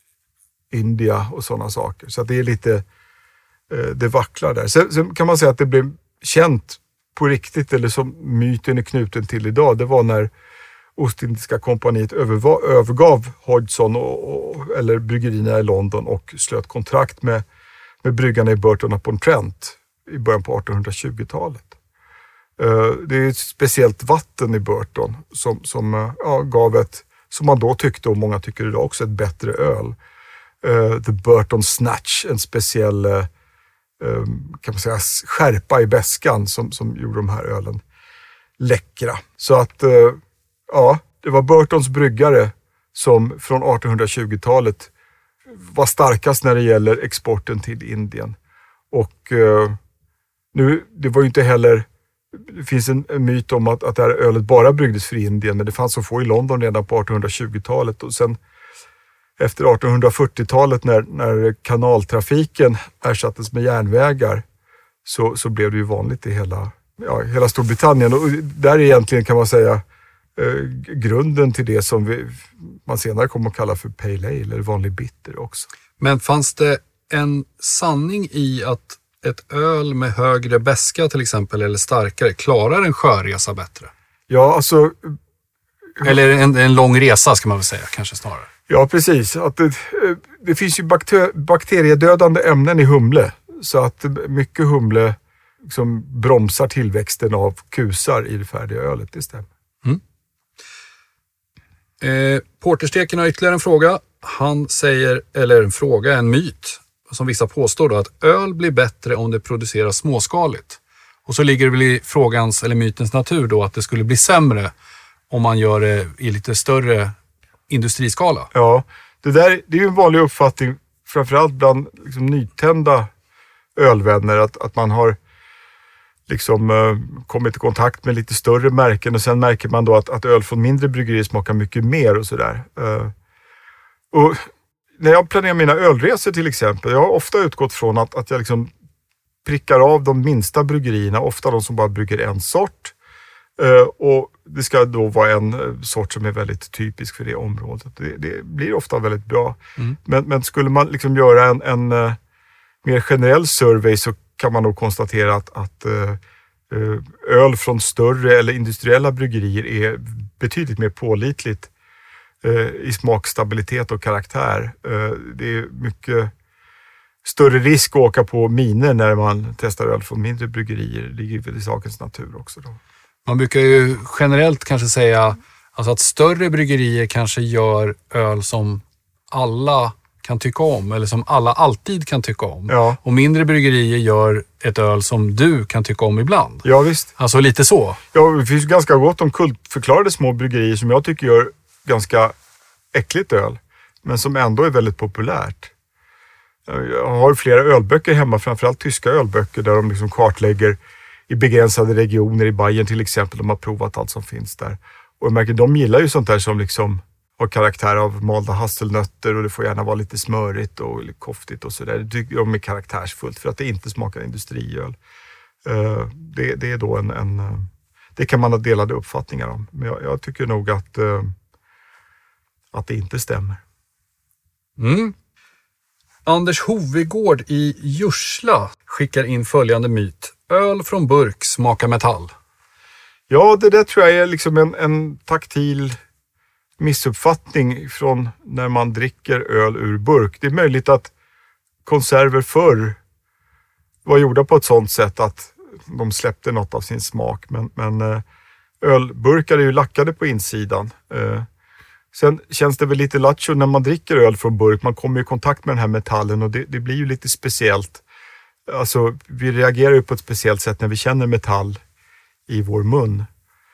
India och sådana saker. Så att det är lite, uh, det vacklar där. Sen, sen kan man säga att det blev känt på riktigt, eller som myten är knuten till idag. Det var när Ostindiska kompaniet överva, övergav Hodgson och, och, eller bryggerierna i London och slöt kontrakt med, med bryggarna i Burton upon Trent i början på artonhundratjugotalet. Uh, det är ett speciellt vatten i Burton som, som uh, ja, gav ett, som man då tyckte, och många tycker idag också, ett bättre öl. Uh, The Burton Snatch, en speciell uh, um, kan man säga, skärpa i bäskan som, som gjorde de här ölen läckra. Så att uh, ja, det var Burtons bryggare som från artonhundratjugotalet var starkast när det gäller exporten till Indien. Och uh, nu, det var ju inte heller, det finns en, en myt om att, att det här ölet bara bryggdes för Indien, men det fanns så få i London redan på artonhundratjugotalet. Och sen efter artonhundrafyrtiotalet när, när kanaltrafiken ersattes med järnvägar så, så blev det ju vanligt i hela, ja, hela Storbritannien. Och där är egentligen, kan man säga, eh, grunden till det som vi, man senare kommer att kalla för Pale Ale eller vanlig bitter också. Men fanns det en sanning i att ett öl med högre bäska till exempel, eller starkare, klarar en sjöresa bättre? Ja, alltså... Eller en, en lång resa ska man väl säga, kanske snarare. Ja, precis. Att det, det finns ju bakter, bakteriedödande ämnen i humle. Så att mycket humle liksom bromsar tillväxten av kusar i det färdiga ölet, det stämmer. Mm. Eh, Portersteken har ytterligare en fråga. Han säger, eller en fråga, en myt som vissa påstår då, att öl blir bättre om det produceras småskaligt. Och så ligger det väl i frågans eller mytens natur då att det skulle bli sämre om man gör det i lite större industriskala. Ja, det där det är ju en vanlig uppfattning framförallt bland liksom nytända ölvänner att, att man har liksom uh, kommit i kontakt med lite större märken och sen märker man då att, att öl från mindre bryggerier smakar mycket mer och sådär. Uh, och när jag planerar mina ölresor till exempel, jag har ofta utgått från att, att jag liksom prickar av de minsta bryggerierna, ofta de som bara brygger en sort. Uh, och det ska då vara en uh, sort som är väldigt typisk för det området. Det, det blir ofta väldigt bra. Mm. Men, men skulle man liksom göra en, en uh, mer generell survey så kan man nog konstatera att, att uh, uh, öl från större eller industriella bryggerier är betydligt mer pålitligt uh, i smakstabilitet och karaktär. Uh, det är mycket större risk att åka på miner när man testar öl från mindre bryggerier. Det ligger väl i sakens natur också då. Man brukar ju generellt kanske säga alltså att större bryggerier kanske gör öl som alla kan tycka om, eller som alla alltid kan tycka om. Ja. Och mindre bryggerier gör ett öl som du kan tycka om ibland. Ja, visst. Alltså lite så. Ja, det finns ganska gott om kultförklarade små bryggerier som jag tycker gör ganska äckligt öl, men som ändå är väldigt populärt. Jag har flera ölböcker hemma, framförallt tyska ölböcker, där de liksom kartlägger i begränsade regioner, i Bayern till exempel. De har provat allt som finns där. Och jag märker, de gillar ju sånt där som liksom har karaktär av malda hasselnötter, och det får gärna vara lite smörigt och koftigt och sådär. Det tycker de är karaktärsfullt för att det inte smakar industriöl. Det, det är då en, en... Det kan man ha delade uppfattningar om. Men jag, jag tycker nog att, att det inte stämmer. Mm. Anders Hovigård i Jursla skickar in följande myt. Öl från burk smakar metall. Ja, det där tror jag är liksom en, en taktil missuppfattning från när man dricker öl ur burk. Det är möjligt att konserver förr var gjorda på ett sånt sätt att de släppte något av sin smak. Men, men ölburkar är ju lackade på insidan. Sen känns det väl lite lattjo när man dricker öl från burk. Man kommer i kontakt med den här metallen, och det, det blir ju lite speciellt. Alltså, vi reagerar ju på ett speciellt sätt när vi känner metall i vår mun.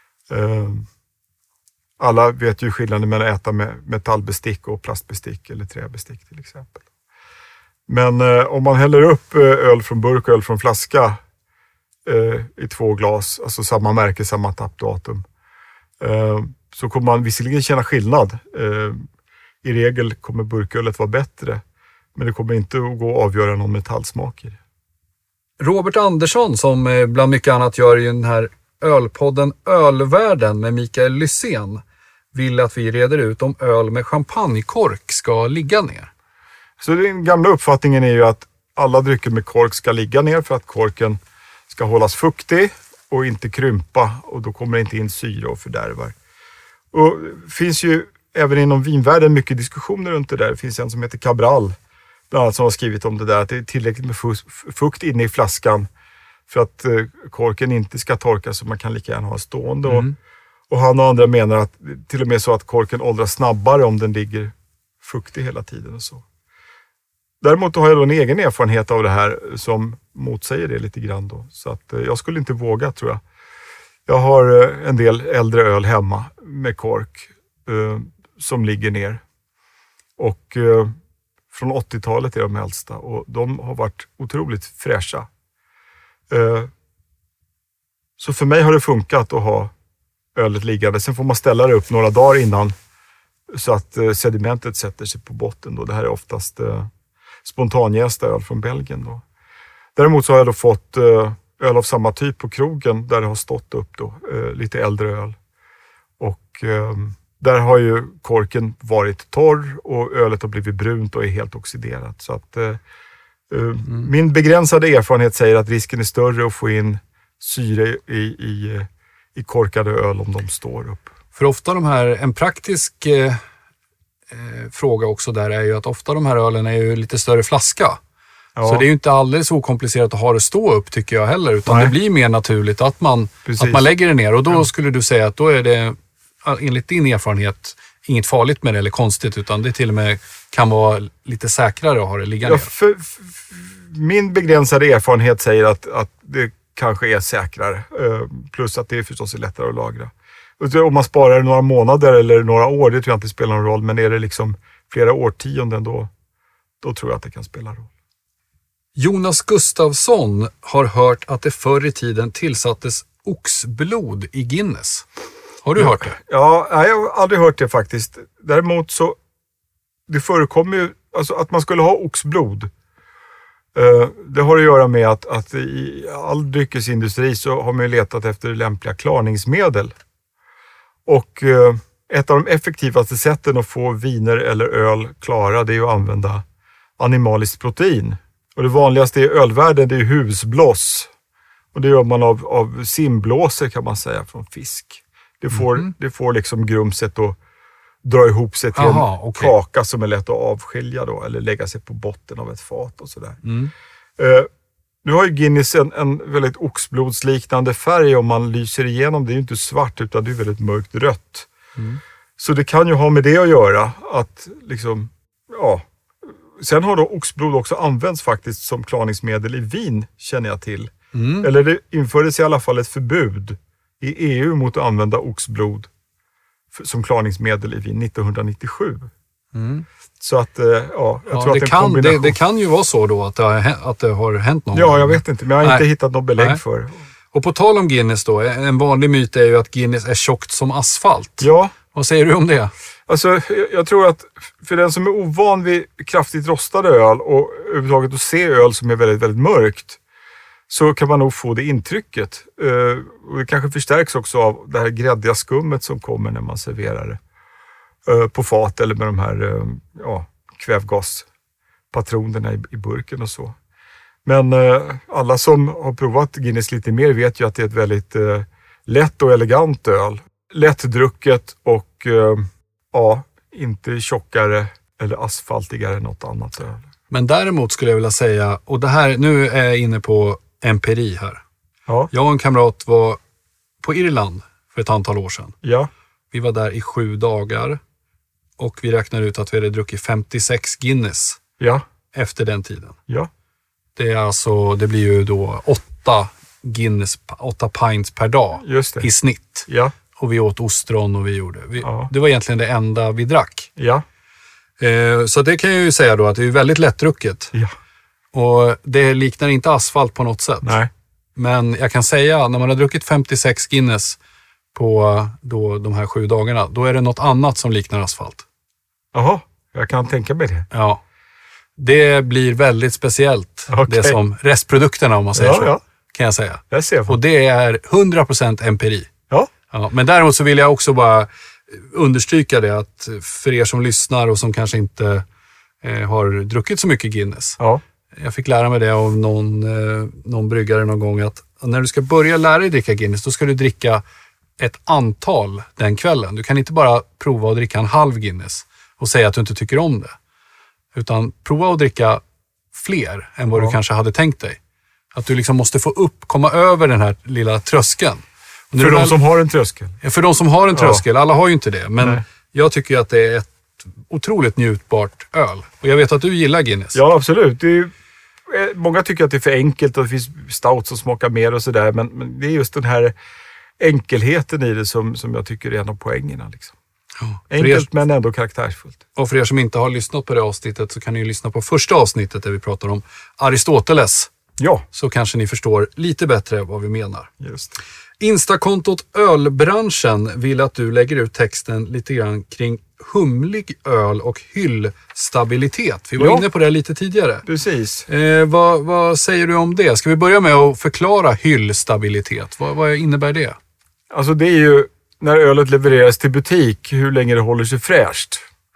Alla vet ju skillnaden mellan att äta med metallbestick och plastbestick eller träbestick till exempel. Men eh, om man häller upp öl från burk och öl från flaska eh, i två glas, alltså samma märke, samma tappdatum, eh, så kommer man visserligen känna skillnad. Eh, I regel kommer burkölet vara bättre, men det kommer inte att gå att avgöra någon metallsmak i det. Robert Andersson, som bland mycket annat gör i den här ölpodden Ölvärlden med Mikael Lysén, vill att vi reder ut om öl med champagnekork ska ligga ner. Så den gamla uppfattningen är ju att alla drycker med kork ska ligga ner för att korken ska hållas fuktig och inte krympa, och då kommer det inte in syre och fördärvar. Och det finns ju även inom vinvärlden mycket diskussioner runt det där. Det finns en som heter Cabral, bland annat, som har skrivit om det där, att det är tillräckligt med fukt inne i flaskan för att korken inte ska torka, så man kan lika gärna ha stående. Mm. Och, och han och andra menar att till och med så att korken åldras snabbare om den ligger fuktig hela tiden och så. Däremot har jag då en egen erfarenhet av det här som motsäger det lite grann då. Så att jag skulle inte våga, tror jag. Jag har en del äldre öl hemma med kork eh, som ligger ner. Och eh, från åttiotalet är de äldsta, och de har varit otroligt fräscha. Eh, så för mig har det funkat att ha ölet liggande. Sen får man ställa det upp några dagar innan så att eh, sedimentet sätter sig på botten då. Det här är oftast eh, spontanjästa öl från Belgien då. Däremot så har jag då fått eh, öl av samma typ på krogen där det har stått upp då, eh, lite äldre öl. Och eh, där har ju korken varit torr och ölet har blivit brunt och är helt oxiderat. Så att eh, mm. min begränsade erfarenhet säger att risken är större att få in syre i, i, i korkade öl om de står upp. För ofta de här, en praktisk eh, fråga också där är ju att ofta de här ölen är ju lite större flaska. Ja. Så det är ju inte alldeles okomplicerat att ha det stå upp, tycker jag heller. Utan Nej. Det blir mer naturligt att man, att man lägger det ner. Och då ja. skulle du säga att då är det, enligt din erfarenhet, inget farligt med det eller konstigt. Utan det till och med kan vara lite säkrare att ha det ligga ner. Ja, för, för, min begränsade erfarenhet säger att, att det kanske är säkrare. Plus att det förstås är lättare att lagra. Om man sparar några månader eller några år, det tror jag inte spelar någon roll. Men är det liksom flera årtionden, då, då tror jag att det kan spela roll. Jonas Gustafsson har hört att det förr i tiden tillsattes oxblod i Guinness. Har du ja, hört det? Ja, jag har aldrig hört det faktiskt. Däremot så, det förekommer ju, alltså att man skulle ha oxblod. Uh, det har att göra med att, att i all dryckesindustri så har man ju letat efter lämpliga klarningsmedel. Och uh, ett av de effektivaste sätten att få viner eller öl klara, det är ju att använda animaliskt protein. Och det vanligaste i ölvärlden, det är husblås. Och det gör man av, av simblåser, kan man säga, från fisk. Det får, mm. det får liksom grumset att dra ihop sig till Aha, en okay. kaka som är lätt att avskilja då. Eller lägga sig på botten av ett fat och sådär. Mm. Uh, nu har ju Guinness en, en väldigt oxblodsliknande färg. Om man lyser igenom, det är ju inte svart utan det är väldigt mörkt rött. Mm. Så det kan ju ha med det att göra. Att liksom, ja... sen har då oxblod också använts faktiskt som klarningsmedel i vin, känner jag till. Mm. Eller det infördes i alla fall ett förbud i E U mot att använda oxblod för, som klarningsmedel i vin nittonhundranittiosju. Mm. Så att, ja, jag ja, tror det, att kan, det, det kan ju vara så då att det har, att det har hänt någon Ja, gång. jag vet inte, men jag har Nej. inte hittat något belägg Nej. för. Och på tal om Guinness då, en vanlig myt är ju att Guinness är tjockt som asfalt. Ja. Vad säger du om det? Alltså, jag, jag tror att för den som är ovan vid kraftigt rostad öl och överhuvudtaget att se öl som är väldigt, väldigt mörkt, så kan man nog få det intrycket. Uh, och det kanske förstärks också av det här gräddiga skummet som kommer när man serverar det uh, på fat eller med de här uh, ja, kvävgaspatronerna i, i burken och så. Men uh, alla som har provat Guinness lite mer vet ju att det är ett väldigt uh, lätt och elegant öl. Lättdrucket och uh, ja, inte tjockare eller asfaltigare än något annat öl. Men däremot skulle jag vilja säga, och det här, nu är jag inne på empiri här. Ja. Jag och en kamrat var på Irland för ett antal år sedan. Ja. Vi var där i sju dagar och vi räknade ut att vi hade druckit femtiosex Guinness Ja. efter den tiden. Ja. Det är alltså, det blir ju då åtta Guinness, åtta pints per dag. Just det. I snitt. Ja. Och vi åt ostron och vi gjorde. Vi, Ja. Det var egentligen det enda vi drack. Ja. Eh, så det kan jag ju säga då att det är väldigt lättdrucket. Ja. Och det liknar inte asfalt på något sätt. Nej. Men jag kan säga, när man har druckit femtiosex Guinness på då de här sju dagarna, då är det något annat som liknar asfalt. Jaha, jag kan tänka mig det. Ja. Det blir väldigt speciellt. Okej. Det som restprodukterna, om man säger Ja, så, ja. kan jag säga. Jag ser vad. Och det är hundra procent empiri. Ja. Ja, men däremot så vill jag också bara understryka det att för er som lyssnar och som kanske inte eh, har druckit så mycket Guinness. Ja. Jag fick lära mig det av någon, eh, någon bryggare någon gång att när du ska börja lära dig dricka Guinness, då ska du dricka ett antal den kvällen. Du kan inte bara prova att dricka en halv Guinness och säga att du inte tycker om det. Utan prova att dricka fler än vad Ja. du kanske hade tänkt dig. Att du liksom måste få upp, komma över den här lilla tröskeln. Och när För du de väl- som har en tröskel. För de som har en Ja. tröskel, alla har ju inte det. Men Nej. jag tycker att det är ett otroligt njutbart öl. Och jag vet att du gillar Guinness. Ja, absolut. Det är ju, eh, många tycker att det är för enkelt och det finns stout som smakar mer och sådär. Men, men det är just den här enkelheten i det som, som jag tycker är en av poängerna. Liksom. Ja. För Enkelt er, men ändå karaktärsfullt. och för er som inte har lyssnat på det avsnittet så kan ni ju lyssna på första avsnittet där vi pratar om Aristoteles. Ja, Så kanske ni förstår lite bättre vad vi menar. just det. Instakontot Ölbranschen vill att du lägger ut texten lite grann kring humlig öl och hyllstabilitet. Vi var Ja. inne på det lite tidigare. Precis. Eh, vad, vad säger du om det? Ska vi börja med att förklara hyllstabilitet? Vad, vad innebär det? Alltså det är ju när ölet levereras till butik, hur länge det håller sig fräscht.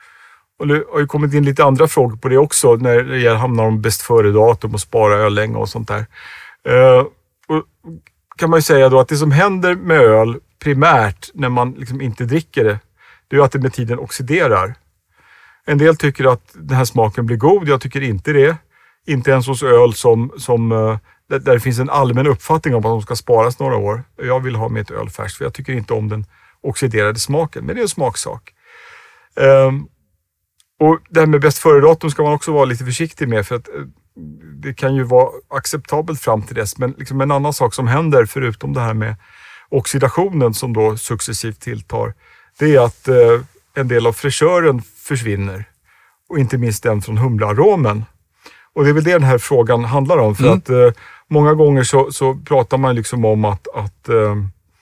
Och det har ju kommit in lite andra frågor på det också när det hamnar om bäst före-datum och spara öl länge och sånt där. Uh, och kan man ju säga då att det som händer med öl primärt när man liksom inte dricker det, det är ju att det med tiden oxiderar. En del tycker att den här smaken blir god, jag tycker inte det. Inte ens hos öl som, som uh, där, där det finns en allmän uppfattning om att de ska sparas några år. Jag vill ha med ett öl färskt för jag tycker inte om den oxiderade smaken, men det är en smaksak. Um, och det här med bäst före-datum ska man också vara lite försiktig med för att uh, det kan ju vara acceptabelt fram till dess. Men liksom en annan sak som händer förutom det här med oxidationen som då successivt tilltar, det är att uh, en del av fräschören försvinner. Och inte minst den från humlearomen. Och det är väl det den här frågan handlar om. För Mm. att uh, många gånger så, så pratar man liksom om att, att uh,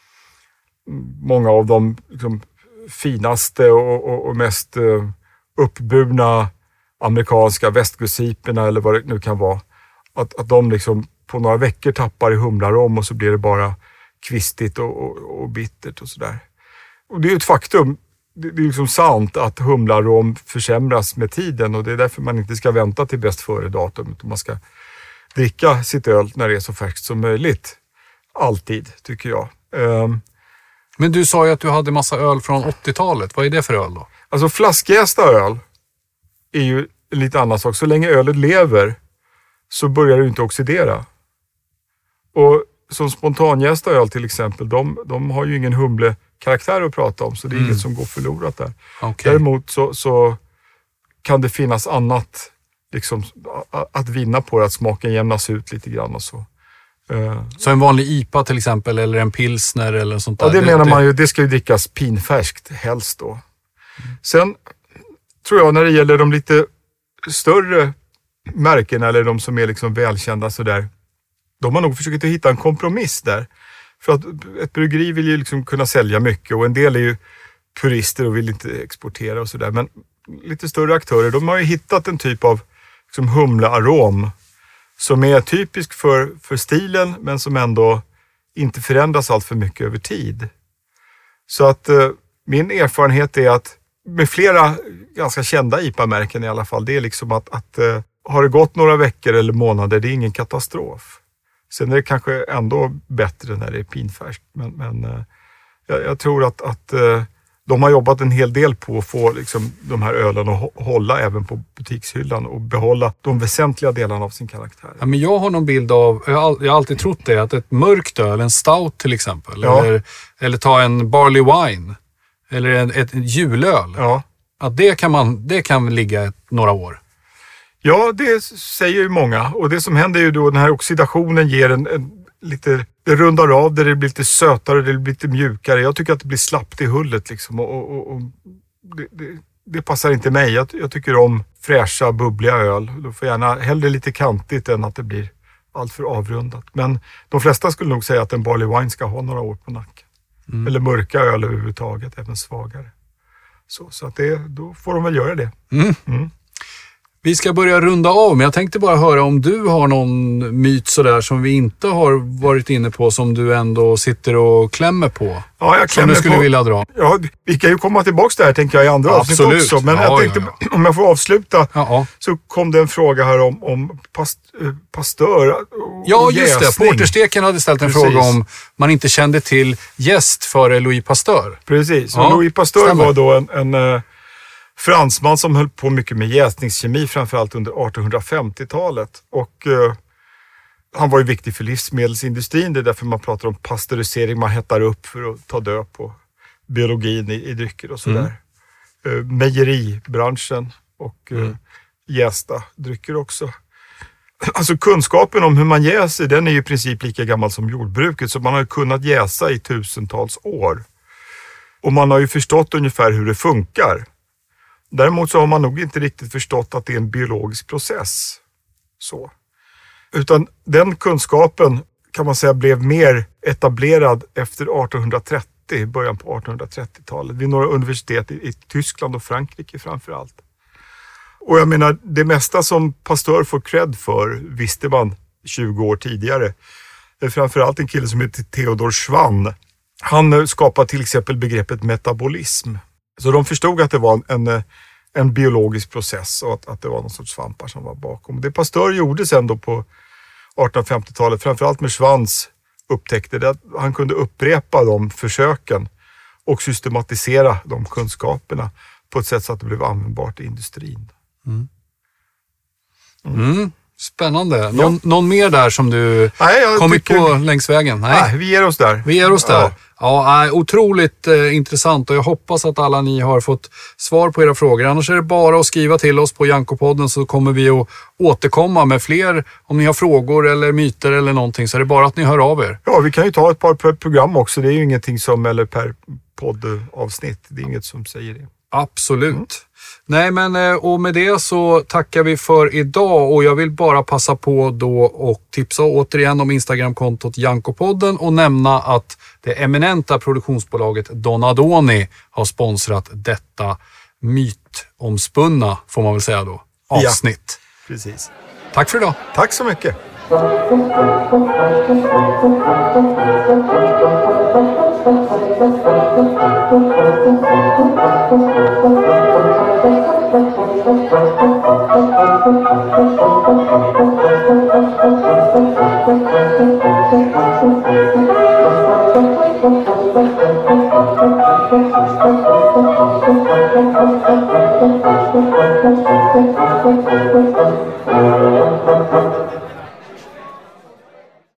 många av de liksom, finaste och, och, och mest uh, uppburna amerikanska västgussiperna eller vad det nu kan vara. Att, att de liksom på några veckor tappar i humlarom och så blir det bara kvistigt och, och, och bittert och sådär. Och det är ju ett faktum. Det, det är liksom sant att humlarom försämras med tiden och det är därför man inte ska vänta till bäst före datum utan man ska dricka sitt öl när det är så färskt som möjligt. Alltid, tycker jag. Um, Men du sa ju att du hade massa öl från åttiotalet. Vad är det för öl då? Alltså flaskjästa öl är ju en lite annan sak. Så länge ölet lever så börjar det inte oxidera. Och som spontanjästa öl till exempel, de, de har ju ingen humlekaraktär att prata om. Så det är Mm. inget som går förlorat där. Okej. Däremot så, så kan det finnas annat liksom, att vinna på det, att smaken jämnas ut lite grann och så. Så en vanlig I P A till exempel, eller en pilsner eller sånt där? Ja, det, det menar man ju. Det ska ju drickas pinfärskt helst då. Mm. Sen tror jag när det gäller de lite större märken eller de som är liksom välkända sådär, de har nog försökt att hitta en kompromiss där. För att ett bryggeri vill ju liksom kunna sälja mycket och en del är ju purister och vill inte exportera och sådär. Men lite större aktörer, de har ju hittat en typ av liksom humlearom som är typisk för, för stilen men som ändå inte förändras allt för mycket över tid. Så att eh, min erfarenhet är att med flera ganska kända I P A-märken i alla fall, det är liksom att, att eh, har det gått några veckor eller månader, det är ingen katastrof. Sen är det kanske ändå bättre när det är pinfärskt. Men, men eh, jag, jag tror att, att eh, de har jobbat en hel del på att få liksom, de här ölen att hålla även på butikshyllan och behålla de väsentliga delarna av sin karaktär. Ja, men jag har någon bild av, jag har, jag har alltid trott det, att ett mörkt öl, en stout till exempel, ja. eller, eller ta en barley wine, eller en, ett julöl, ja. att det kan, man, det kan ligga ett, några år. Ja, det säger ju många. Och det som händer är ju då den här oxidationen ger en, en lite, det rundar av det, det blir lite sötare, det blir lite mjukare. Jag tycker att det blir slappt i hullet liksom. Och, och, och det, det, det passar inte mig. Jag, jag tycker om fräscha, bubbliga öl. Då får gärna hellre lite kantigt än att det blir allt för avrundat. Men de flesta skulle nog säga att en barley wine ska ha några år på nacken. Mm. Eller mörka öl överhuvudtaget, även svagare. Så, så att det, då får de väl göra det. Mm. Mm. Vi ska börja runda av, men jag tänkte bara höra om du har någon myt sådär som vi inte har varit inne på, som du ändå sitter och klämmer på. Ja, jag klämmer som du skulle på. vilja dra. Ja, vi kan ju komma tillbaka där, tänker jag, i andra avsnitt också. Men ja, jag tänkte, ja, ja. om jag får avsluta, ja, ja. så kom det en fråga här om, om past, pastör och Ja, just jäsning. det. Portersteken hade ställt en Precis. fråga om man inte kände till jäst före Louis Pasteur. Precis, och ja, Louis Pasteur stämmer. var då en... en fransman som höll på mycket med jäsningskemi, framförallt under artonhundrafemtiotalet. Och eh, han var ju viktig för livsmedelsindustrin. Det är därför man pratar om pasteurisering. Man hettar upp för att ta död på biologin i, i drycker och sådär. Mm. Eh, mejeribranschen och eh, mm. jästa drycker också. Alltså kunskapen om hur man jäser, den är ju i princip lika gammal som jordbruket. Så man har ju kunnat jäsa i tusentals år. Och man har ju förstått ungefär hur det funkar. Däremot så har man nog inte riktigt förstått att det är en biologisk process. Så. Utan den kunskapen kan man säga blev mer etablerad efter artonhundratrettio, början på artonhundratrettiotalet. Vid några universitet i, i Tyskland och Frankrike framförallt. Och jag menar, det mesta som Pasteur får cred för visste man tjugo år tidigare. Det är framförallt en kille som heter Theodor Schwann. Han skapade till exempel begreppet metabolism. Så de förstod att det var en, en, en biologisk process och att, att det var någon sorts svampar som var bakom. Det Pasteur gjorde sen då på artonhundrafemtiotalet, framförallt med Schwanns upptäckte det, att han kunde upprepa de försöken och systematisera de kunskaperna på ett sätt så att det blev användbart i industrin. Mm. Mm. Mm. Spännande. Någon, ja. någon mer där som du Nej, kommit på vi... längs vägen? Nej. Nej, vi ger oss där. Vi ger oss där. Ja. Ja, otroligt eh, intressant och jag hoppas att alla ni har fått svar på era frågor. Annars är det bara att skriva till oss på Jankopodden, så kommer vi att återkomma med fler. Om ni har frågor eller myter eller någonting, så är det bara att ni hör av er. Ja, vi kan ju ta ett par per program också. Det är ju ingenting som, eller per poddavsnitt. Det är inget som säger det. Absolut. Mm. Nej, men och med det så tackar vi för idag, och jag vill bara passa på då och tipsa återigen om Instagramkontot Jankopodden och nämna att det eminenta produktionsbolaget Donadoni har sponsrat detta mytomspunna, får man väl säga då, avsnitt. Ja, precis. Tack för idag. Tack så mycket.